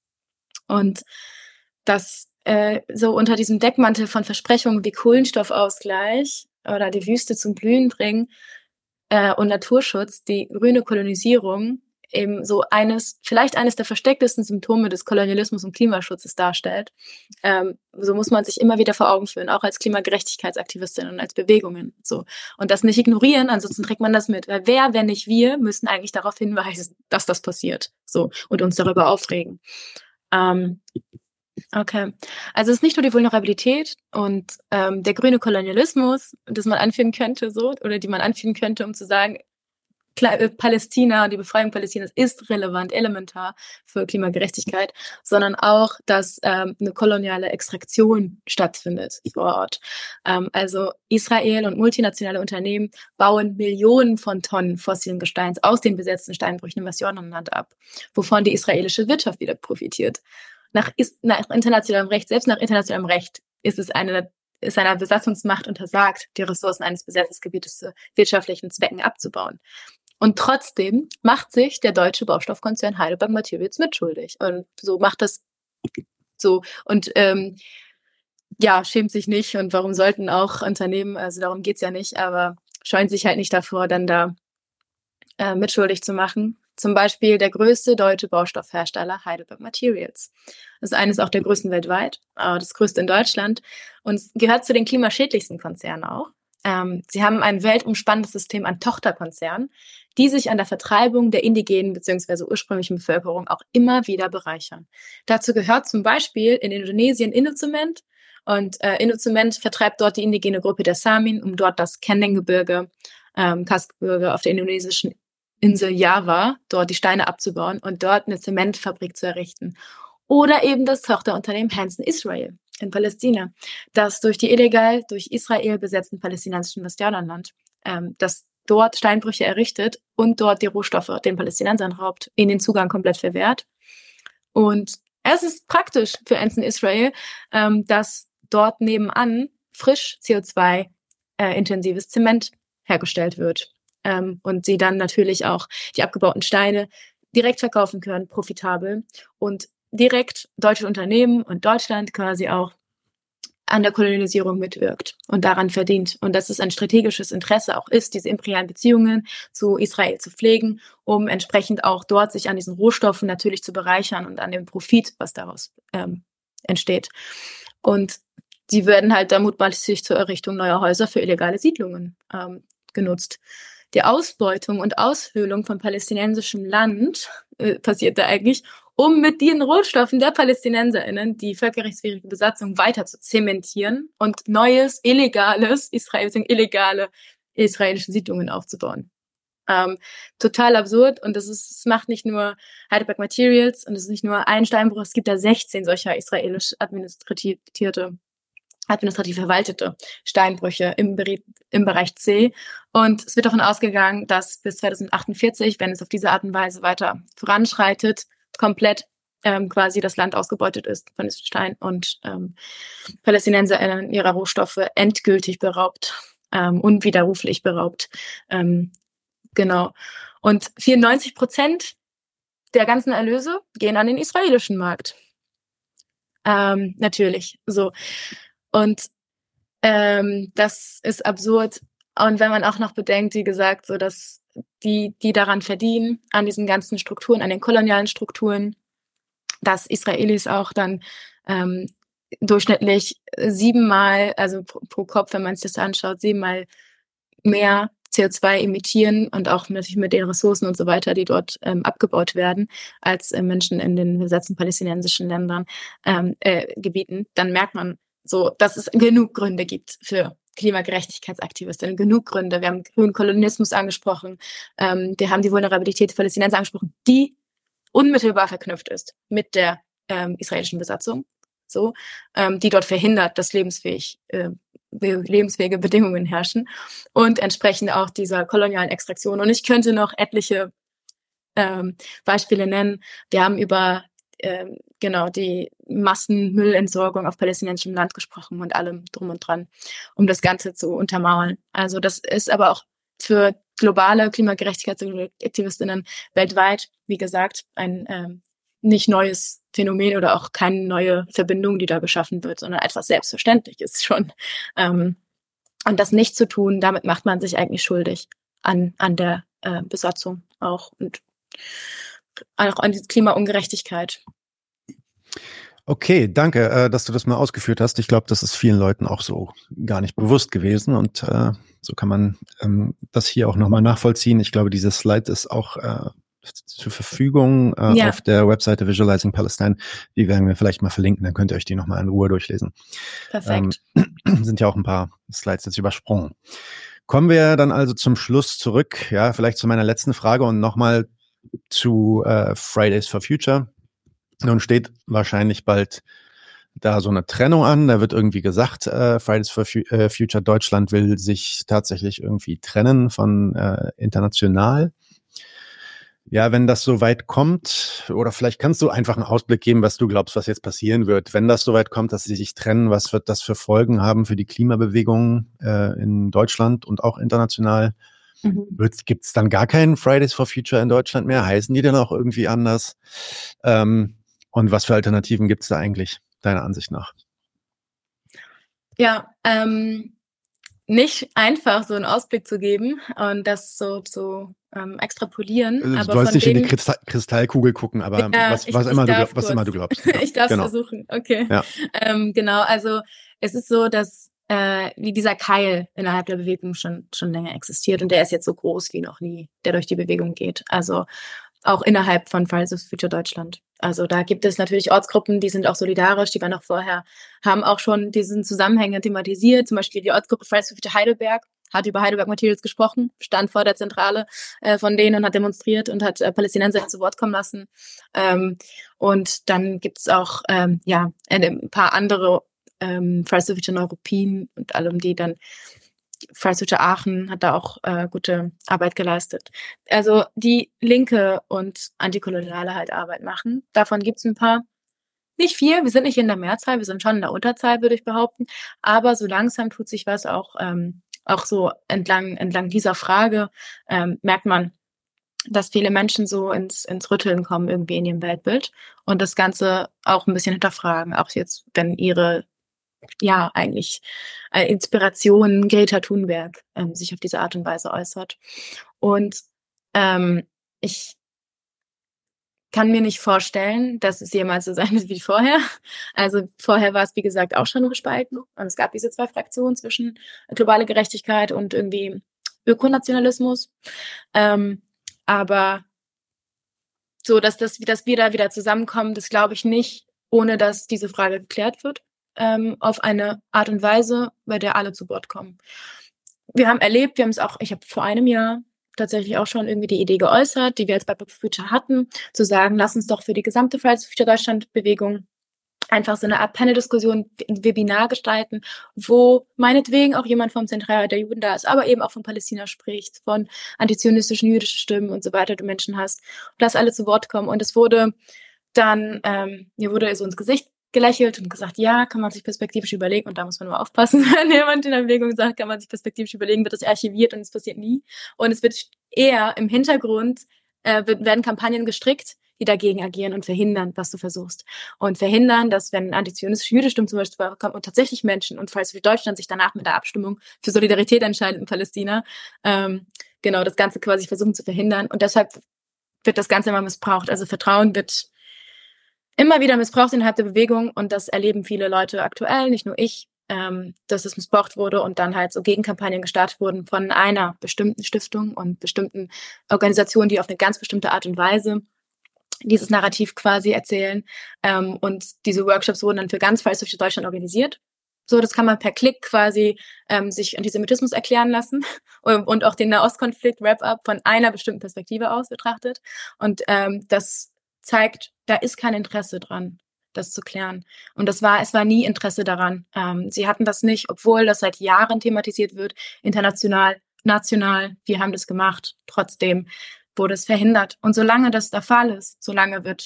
Und das äh, so unter diesem Deckmantel von Versprechungen wie Kohlenstoffausgleich oder die Wüste zum Blühen bringen äh, und Naturschutz, die grüne Kolonisierung eben so eines, vielleicht eines der verstecktesten Symptome des Kolonialismus und Klimaschutzes darstellt. Ähm, so muss man sich immer wieder vor Augen führen, auch als Klimagerechtigkeitsaktivistin und als Bewegungen. So. Und das nicht ignorieren, ansonsten trägt man das mit. Weil wer, wenn nicht wir, müssen eigentlich darauf hinweisen, dass das passiert. So. Und uns darüber aufregen. Ähm, okay. Also es ist nicht nur die Vulnerabilität und ähm, der grüne Kolonialismus, das man anführen könnte, so, oder die man anführen könnte, um zu sagen, Palästina und die Befreiung Palästinas ist relevant, elementar für Klimagerechtigkeit, sondern auch, dass ähm, eine koloniale Extraktion stattfindet vor Ort. Ähm, also Israel und multinationale Unternehmen bauen Millionen von Tonnen fossilen Gesteins aus den besetzten Steinbrüchen im Westjordanland ab, wovon die israelische Wirtschaft wieder profitiert. Nach, ist, nach internationalem Recht, selbst nach internationalem Recht, ist es eine seiner Besatzungsmacht untersagt, die Ressourcen eines Besetzungsgebietes zu wirtschaftlichen Zwecken abzubauen. Und trotzdem macht sich der deutsche Baustoffkonzern Heidelberg Materials mitschuldig. Und so macht das so. Und ähm, ja, schämt sich nicht. Und warum sollten auch Unternehmen, also darum geht's ja nicht, aber scheuen sich halt nicht davor, dann da äh, mitschuldig zu machen. Zum Beispiel der größte deutsche Baustoffhersteller Heidelberg Materials. Das ist eines auch der größten weltweit, äh, das größte in Deutschland und es gehört zu den klimaschädlichsten Konzernen auch. Ähm, sie haben ein weltumspannendes System an Tochterkonzernen, die sich an der Vertreibung der indigenen bzw. ursprünglichen Bevölkerung auch immer wieder bereichern. Dazu gehört zum Beispiel in Indonesien Indocement und äh, Indocement vertreibt dort die indigene Gruppe der Samin, um dort das Kendeng-Gebirge, ähm, Karstgebirge auf der indonesischen Insel Java, dort die Steine abzubauen und dort eine Zementfabrik zu errichten. Oder eben das Tochterunternehmen Hanson Israel in Palästina, das durch die illegal durch Israel besetzten palästinensischen Westjordanland, ähm, das dort Steinbrüche errichtet und dort die Rohstoffe den Palästinensern raubt, ihnen den Zugang komplett verwehrt. Und es ist praktisch für Hanson Israel, ähm, dass dort nebenan frisch C O zwei äh, intensives Zement hergestellt wird. Ähm, und sie dann natürlich auch die abgebauten Steine direkt verkaufen können, profitabel und direkt deutsche Unternehmen und Deutschland quasi auch an der Kolonialisierung mitwirkt und daran verdient. Und dass es ein strategisches Interesse auch ist, diese imperialen Beziehungen zu Israel zu pflegen, um entsprechend auch dort sich an diesen Rohstoffen natürlich zu bereichern und an dem Profit, was daraus ähm, entsteht. Und die werden halt da mutmaßlich zur Errichtung neuer Häuser für illegale Siedlungen ähm, genutzt. Die Ausbeutung und Aushöhlung von palästinensischem Land äh, passiert da eigentlich, um mit den Rohstoffen der PalästinenserInnen die völkerrechtswidrige Besatzung weiter zu zementieren und neues, illegales, Israel, illegale israelische Siedlungen aufzubauen. Ähm, total absurd und das ist, es macht nicht nur Heidelberg Materials und es ist nicht nur ein Steinbruch, es gibt da sechzehn solcher israelisch administratierte administrativ verwaltete Steinbrüche im, im Bereich C. Und es wird davon ausgegangen, dass bis zwanzig achtundvierzig, wenn es auf diese Art und Weise weiter voranschreitet, komplett ähm, quasi das Land ausgebeutet ist von diesem Stein und ähm, Palästinenser ihrer Rohstoffe endgültig beraubt, ähm, unwiderruflich beraubt. Ähm, genau. Und vierundneunzig Prozent der ganzen Erlöse gehen an den israelischen Markt. Ähm, natürlich, so. Und ähm, das ist absurd. Und wenn man auch noch bedenkt, wie gesagt, so dass die, die daran verdienen, an diesen ganzen Strukturen, an den kolonialen Strukturen, dass Israelis auch dann ähm, durchschnittlich siebenmal, also pro, pro Kopf, wenn man sich das anschaut, siebenmal mehr C O zwei emittieren und auch natürlich mit den Ressourcen und so weiter, die dort ähm, abgebaut werden, als äh, Menschen in den besetzten palästinensischen Ländern, ähm, äh, Gebieten, dann merkt man, so, dass es genug Gründe gibt für Klimagerechtigkeitsaktivistinnen, genug Gründe. Wir haben grünen Kolonialismus angesprochen, ähm, wir haben die Vulnerabilität der Palästinenser angesprochen, die unmittelbar verknüpft ist mit der ähm, israelischen Besatzung, so, ähm, die dort verhindert, dass lebensfähig, äh, lebensfähige Bedingungen herrschen und entsprechend auch dieser kolonialen Extraktion. Und ich könnte noch etliche ähm, Beispiele nennen. Wir haben über ähm, genau die Massenmüllentsorgung auf palästinensischem Land gesprochen und allem drum und dran, um das Ganze zu untermauern. Also das ist aber auch für globale Klimagerechtigkeitsaktivistinnen weltweit, wie gesagt, ein ähm, nicht neues Phänomen oder auch keine neue Verbindung, die da geschaffen wird, sondern etwas Selbstverständliches schon. Ähm, und das nicht zu tun, damit macht man sich eigentlich schuldig an, an der äh, Besatzung auch und auch an diese Klimaungerechtigkeit. Okay, danke, äh, dass du das mal ausgeführt hast. Ich glaube, das ist vielen Leuten auch so gar nicht bewusst gewesen und äh, so kann man ähm, das hier auch nochmal nachvollziehen. Ich glaube, dieses Slide ist auch äh, zur Verfügung äh, ja. auf der Webseite Visualizing Palestine. Die werden wir vielleicht mal verlinken, dann könnt ihr euch die nochmal in Ruhe durchlesen. Perfekt. Ähm, sind ja auch ein paar Slides jetzt übersprungen. Kommen wir dann also zum Schluss zurück, ja, vielleicht zu meiner letzten Frage und nochmal zu äh, Fridays for Future. Nun steht wahrscheinlich bald da so eine Trennung an. Da wird irgendwie gesagt, äh, Fridays for Future Deutschland will sich tatsächlich irgendwie trennen von äh, international. Ja, wenn das so weit kommt, oder vielleicht kannst du einfach einen Ausblick geben, was du glaubst, was jetzt passieren wird. Wenn das so weit kommt, dass sie sich trennen, was wird das für Folgen haben für die Klimabewegung äh, in Deutschland und auch international? Mhm. Gibt es dann gar keinen Fridays for Future in Deutschland mehr? Heißen die denn auch irgendwie anders? Ähm, und was für Alternativen gibt es da eigentlich, deiner Ansicht nach? Ja, ähm, nicht einfach so einen Ausblick zu geben und das so zu ähm, extrapolieren. Also, Aber du sollst von nicht in die dem, Kristall Kristallkugel gucken, aber ja, was, ich, was, ich immer, du, darf was immer du kurz, glaubst. Ja, ich darf es genau. versuchen. Okay, Ja. ähm, genau. Also es ist so, dass äh, wie dieser Keil innerhalb der Bewegung schon schon länger existiert und der ist jetzt so groß wie noch nie, der durch die Bewegung geht. Also auch innerhalb von Fridays for Future Deutschland. Also da gibt es natürlich Ortsgruppen, die sind auch solidarisch, die waren auch vorher, haben auch schon diesen Zusammenhänge thematisiert. Zum Beispiel die Ortsgruppe Fridays for Future Heidelberg hat über Heidelberg Materials gesprochen, stand vor der Zentrale äh, von denen und hat demonstriert und hat äh, Palästinenser zu Wort kommen lassen. Ähm, und dann gibt es auch ähm, ja ein paar andere ähm, Fridays for Future Neuruppin und allem, die dann Fridays for Future Aachen hat da auch äh, gute Arbeit geleistet. Also die linke und antikoloniale halt Arbeit machen. Davon gibt es ein paar. Nicht viel, wir sind nicht in der Mehrzahl, wir sind schon in der Unterzahl, würde ich behaupten. Aber so langsam tut sich was auch, ähm, auch so entlang, entlang dieser Frage, ähm, merkt man, dass viele Menschen so ins, ins Rütteln kommen irgendwie in ihrem Weltbild und das Ganze auch ein bisschen hinterfragen, auch jetzt, wenn ihre ja, eigentlich äh, Inspiration Greta Thunberg ähm, sich auf diese Art und Weise äußert. Und ähm, ich kann mir nicht vorstellen, dass es jemals so sein wird wie vorher. Also vorher war es, wie gesagt, auch schon gespalten. Und es gab diese zwei Fraktionen zwischen globale Gerechtigkeit und irgendwie Ökonationalismus. Ähm, aber so, dass, das, dass wir da wieder zusammenkommen, das glaube ich nicht, ohne dass diese Frage geklärt wird, ähm, auf eine Art und Weise, bei der alle zu Wort kommen. Wir haben erlebt, wir haben es auch, ich habe vor einem Jahr tatsächlich auch schon irgendwie die Idee geäußert, die wir jetzt bei Back for Future hatten, zu sagen, lass uns doch für die gesamte Fridays for Future Deutschland-Bewegung einfach so eine Art Panel-Diskussion, ein Webinar gestalten, wo meinetwegen auch jemand vom Zentralrat der Juden da ist, aber eben auch von Palästina spricht, von antizionistischen jüdischen Stimmen und so weiter, du Menschen hast, und lass alle zu Wort kommen. Und es wurde dann, ähm, mir wurde so ins Gesicht gelächelt und gesagt, ja, kann man sich perspektivisch überlegen. Und da muss man nur aufpassen, wenn jemand in der Bewegung sagt, kann man sich perspektivisch überlegen, wird das archiviert und es passiert nie. Und es wird eher im Hintergrund, äh, werden Kampagnen gestrickt, die dagegen agieren und verhindern, was du versuchst. Und verhindern, dass, wenn antizionistische jüdische Stimmen zum Beispiel vorkommen und tatsächlich Menschen und falls für Deutschland sich danach mit der Abstimmung für Solidarität entscheidet in Palästina, ähm, genau, das Ganze quasi versuchen zu verhindern. Und deshalb wird das Ganze immer missbraucht. Also Vertrauen wird immer wieder missbraucht innerhalb der Bewegung und das erleben viele Leute aktuell, nicht nur ich, ähm, dass es missbraucht wurde und dann halt so Gegenkampagnen gestartet wurden von einer bestimmten Stiftung und bestimmten Organisationen, die auf eine ganz bestimmte Art und Weise dieses Narrativ quasi erzählen. Ähm, und diese Workshops wurden dann für ganz Fridays for Future Deutschland organisiert. So, das kann man per Klick quasi ähm, sich Antisemitismus erklären lassen und, und auch den Nahostkonflikt Wrap-up von einer bestimmten Perspektive aus betrachtet. Und ähm, das zeigt, da ist kein Interesse dran, das zu klären. Und das war, es war nie Interesse daran. Ähm, sie hatten das nicht, obwohl das seit Jahren thematisiert wird, international, national. Wir haben das gemacht. Trotzdem wurde es verhindert. Und solange das der Fall ist, solange wird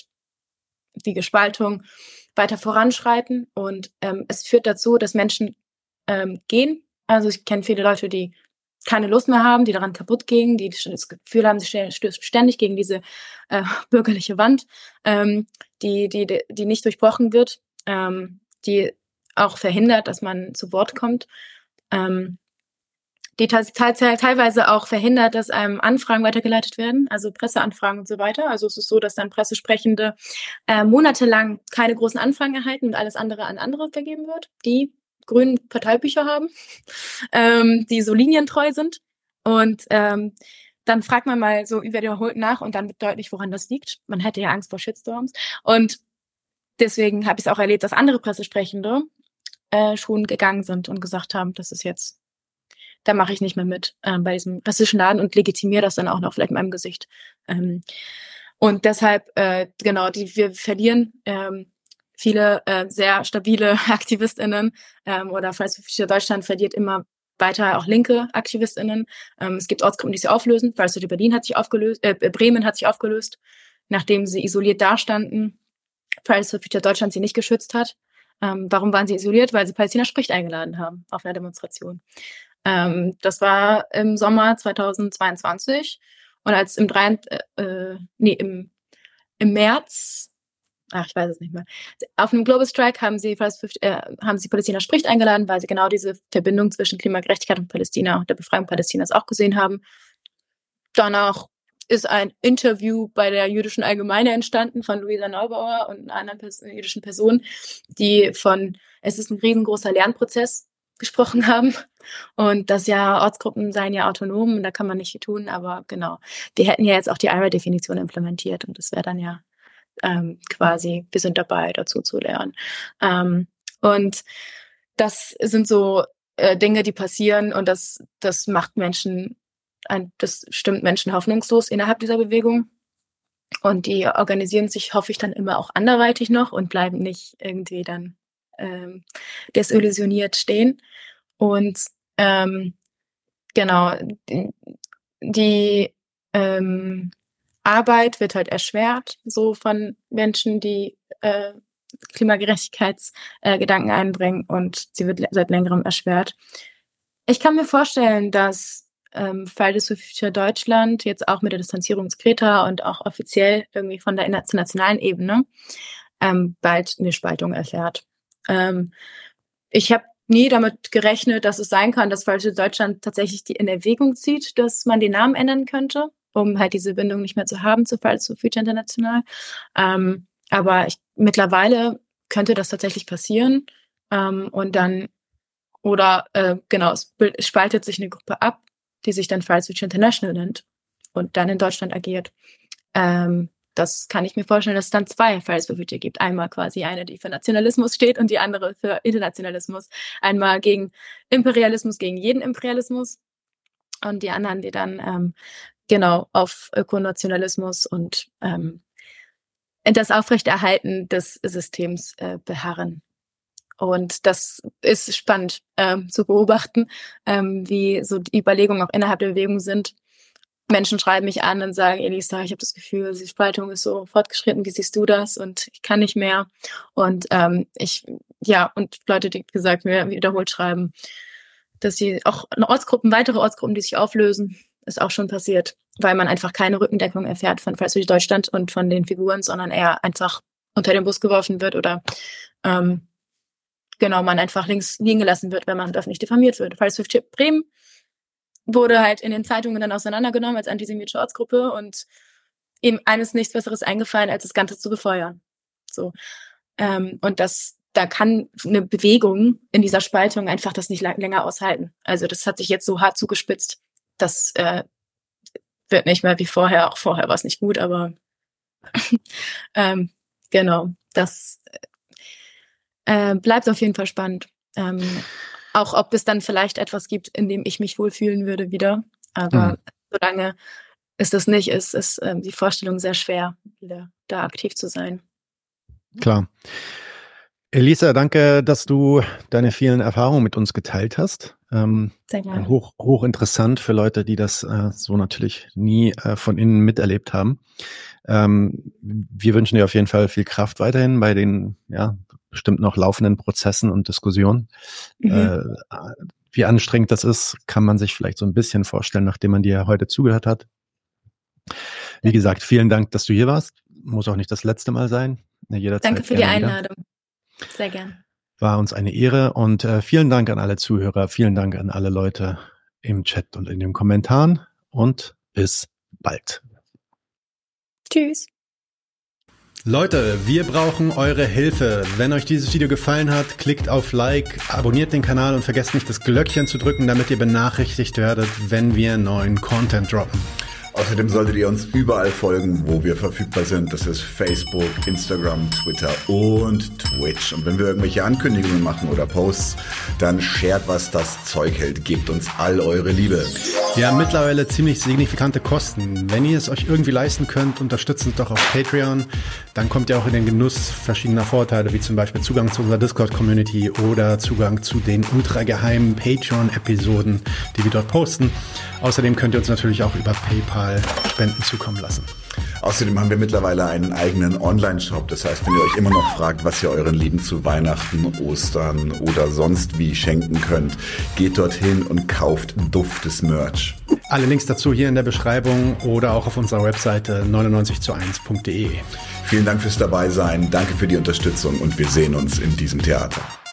die Gespaltung weiter voranschreiten und ähm, es führt dazu, dass Menschen ähm, gehen. Also ich kenne viele Leute, die keine Lust mehr haben, die daran kaputt gehen, die das Gefühl haben, sie stößt ständig gegen diese äh, bürgerliche Wand, ähm, die, die, die nicht durchbrochen wird, ähm, die auch verhindert, dass man zu Wort kommt. Ähm, die teilweise auch verhindert, dass einem Anfragen weitergeleitet werden, also Presseanfragen und so weiter. Also es ist so, dass dann Pressesprechende äh, monatelang keine großen Anfragen erhalten und alles andere an andere vergeben wird, die grünen Parteibücher haben, ähm, die so linientreu sind. Und ähm, dann fragt man mal so wiederholt nach und dann wird deutlich, woran das liegt. Man hätte ja Angst vor Shitstorms. Und deswegen habe ich es auch erlebt, dass andere Pressesprechende äh, schon gegangen sind und gesagt haben, das ist jetzt da mache ich nicht mehr mit ähm, bei diesem rassistischen Laden und legitimiere das dann auch noch vielleicht in meinem Gesicht. Ähm, und deshalb, äh, genau, die, wir verlieren ähm, viele äh, sehr stabile AktivistInnen ähm, oder Fridays for Future Deutschland verliert immer weiter auch linke AktivistInnen. Ähm, es gibt Ortsgruppen, die sich auflösen. Fridays for Berlin hat sich aufgelöst, äh, Bremen hat sich aufgelöst, nachdem sie isoliert dastanden. Fridays for Future Deutschland sie nicht geschützt hat. Ähm, warum waren sie isoliert? Weil sie Palästina spricht eingeladen haben auf einer Demonstration. Ähm, das war im Sommer zweitausendzweiundzwanzig. Und als im, drei, äh, nee, im, im März, ach, ich weiß es nicht mehr, auf einem Global Strike haben sie, äh, haben sie Palästina spricht eingeladen, weil sie genau diese Verbindung zwischen Klimagerechtigkeit und Palästina und der Befreiung Palästinas auch gesehen haben. Danach ist ein Interview bei der Jüdischen Allgemeine entstanden von Luisa Neubauer und einer anderen Pers- jüdischen Person, die von, es ist ein riesengroßer Lernprozess gesprochen haben. Und dass ja Ortsgruppen seien ja autonom und da kann man nicht viel tun, aber genau. Wir hätten ja jetzt auch die I R A-Definition implementiert und das wäre dann ja ähm, quasi, wir sind dabei, dazu zu lernen. Ähm, und das sind so äh, Dinge, die passieren und das, das macht Menschen, ein, das stimmt Menschen hoffnungslos innerhalb dieser Bewegung. Und die organisieren sich, hoffe ich, dann immer auch anderweitig noch und bleiben nicht irgendwie dann ähm, desillusioniert stehen. Und ähm, genau, die, die ähm, Arbeit wird halt erschwert, so von Menschen, die äh, Klimagerechtigkeitsgedanken äh, einbringen und sie wird seit längerem erschwert. Ich kann mir vorstellen, dass ähm, Fridays for Future Deutschland jetzt auch mit der Distanzierung zu Greta und auch offiziell irgendwie von der internationalen Ebene ähm, bald eine Spaltung erfährt. Ähm, ich habe nie damit gerechnet, dass es sein kann, dass Fridays for Deutschland tatsächlich die in Erwägung zieht, dass man den Namen ändern könnte, um halt diese Bindung nicht mehr zu haben zu Fridays for Future International. Ähm, aber ich, mittlerweile könnte das tatsächlich passieren. Ähm, und dann, oder äh, genau, es, es spaltet sich eine Gruppe ab, die sich dann Fridays for Future International nennt und dann in Deutschland agiert. Ähm, Das kann ich mir vorstellen, dass es dann zwei Fridays for Future gibt. Einmal quasi eine, die für Nationalismus steht und die andere für Internationalismus. Einmal gegen Imperialismus, gegen jeden Imperialismus und die anderen, die dann ähm, genau auf Ökonationalismus und ähm, das Aufrechterhalten des Systems äh, beharren. Und das ist spannend ähm, zu beobachten, ähm, wie so die Überlegungen auch innerhalb der Bewegung sind. Menschen schreiben mich an und sagen, Elisa, ich habe das Gefühl, die Spaltung ist so fortgeschritten, wie siehst du das? Und ich kann nicht mehr. Und ähm, ich, ja, und Leute, die gesagt mir wiederholt schreiben, dass sie auch Ortsgruppen, weitere Ortsgruppen, die sich auflösen, ist auch schon passiert, weil man einfach keine Rückendeckung erfährt von Fridays for Deutschland und von den Figuren, sondern eher einfach unter den Bus geworfen wird oder ähm, genau, man einfach links liegen gelassen wird, wenn man öffentlich diffamiert wird. Fridays for Future Bremen wurde halt in den Zeitungen dann auseinandergenommen als antisemitische Ortsgruppe und ihm eines nichts Besseres eingefallen, als das Ganze zu befeuern. So. Ähm, und das, da kann eine Bewegung in dieser Spaltung einfach das nicht lang, länger aushalten. Also das hat sich jetzt so hart zugespitzt, das äh, wird nicht mehr wie vorher. Auch vorher war es nicht gut, aber ähm, genau, das äh, bleibt auf jeden Fall spannend. Ähm, Auch ob es dann vielleicht etwas gibt, in dem ich mich wohlfühlen würde wieder. Aber mhm. solange es das nicht ist, ist ähm, die Vorstellung sehr schwer, wieder da aktiv zu sein. Klar. Elisa, danke, dass du deine vielen Erfahrungen mit uns geteilt hast. Ähm, sehr gerne. Hoch, hochinteressant für Leute, die das äh, so natürlich nie äh, von innen miterlebt haben. Ähm, wir wünschen dir auf jeden Fall viel Kraft weiterhin bei den, ja, bestimmt noch laufenden Prozessen und Diskussionen. Mhm. Äh, wie anstrengend das ist, kann man sich vielleicht so ein bisschen vorstellen, nachdem man dir heute zugehört hat. Wie gesagt, vielen Dank, dass du hier warst. Muss auch nicht das letzte Mal sein. Jederzeit. Danke für die Einladung. Wieder. Sehr gern. War uns eine Ehre und äh, vielen Dank an alle Zuhörer, vielen Dank an alle Leute im Chat und in den Kommentaren und bis bald. Tschüss. Leute, wir brauchen eure Hilfe. Wenn euch dieses Video gefallen hat, klickt auf Like, abonniert den Kanal und vergesst nicht das Glöckchen zu drücken, damit ihr benachrichtigt werdet, wenn wir neuen Content droppen. Außerdem solltet ihr uns überall folgen, wo wir verfügbar sind. Das ist Facebook, Instagram, Twitter und Twitch. Und wenn wir irgendwelche Ankündigungen machen oder Posts, dann shared, was das Zeug hält. Gebt uns all eure Liebe. Ja, mittlerweile ziemlich signifikante Kosten. Wenn ihr es euch irgendwie leisten könnt, unterstützt uns doch auf Patreon. Dann kommt ihr auch in den Genuss verschiedener Vorteile, wie zum Beispiel Zugang zu unserer Discord-Community oder Zugang zu den ultrageheimen Patreon-Episoden, die wir dort posten. Außerdem könnt ihr uns natürlich auch über PayPal Spenden zukommen lassen. Außerdem haben wir mittlerweile einen eigenen Online-Shop. Das heißt, wenn ihr euch immer noch fragt, was ihr euren Lieben zu Weihnachten, Ostern oder sonst wie schenken könnt, geht dorthin und kauft duftes Merch. Alle Links dazu hier in der Beschreibung oder auch auf unserer Webseite neunundneunzig zu eins punkt de. Vielen Dank fürs Dabeisein, danke für die Unterstützung und wir sehen uns in diesem Theater.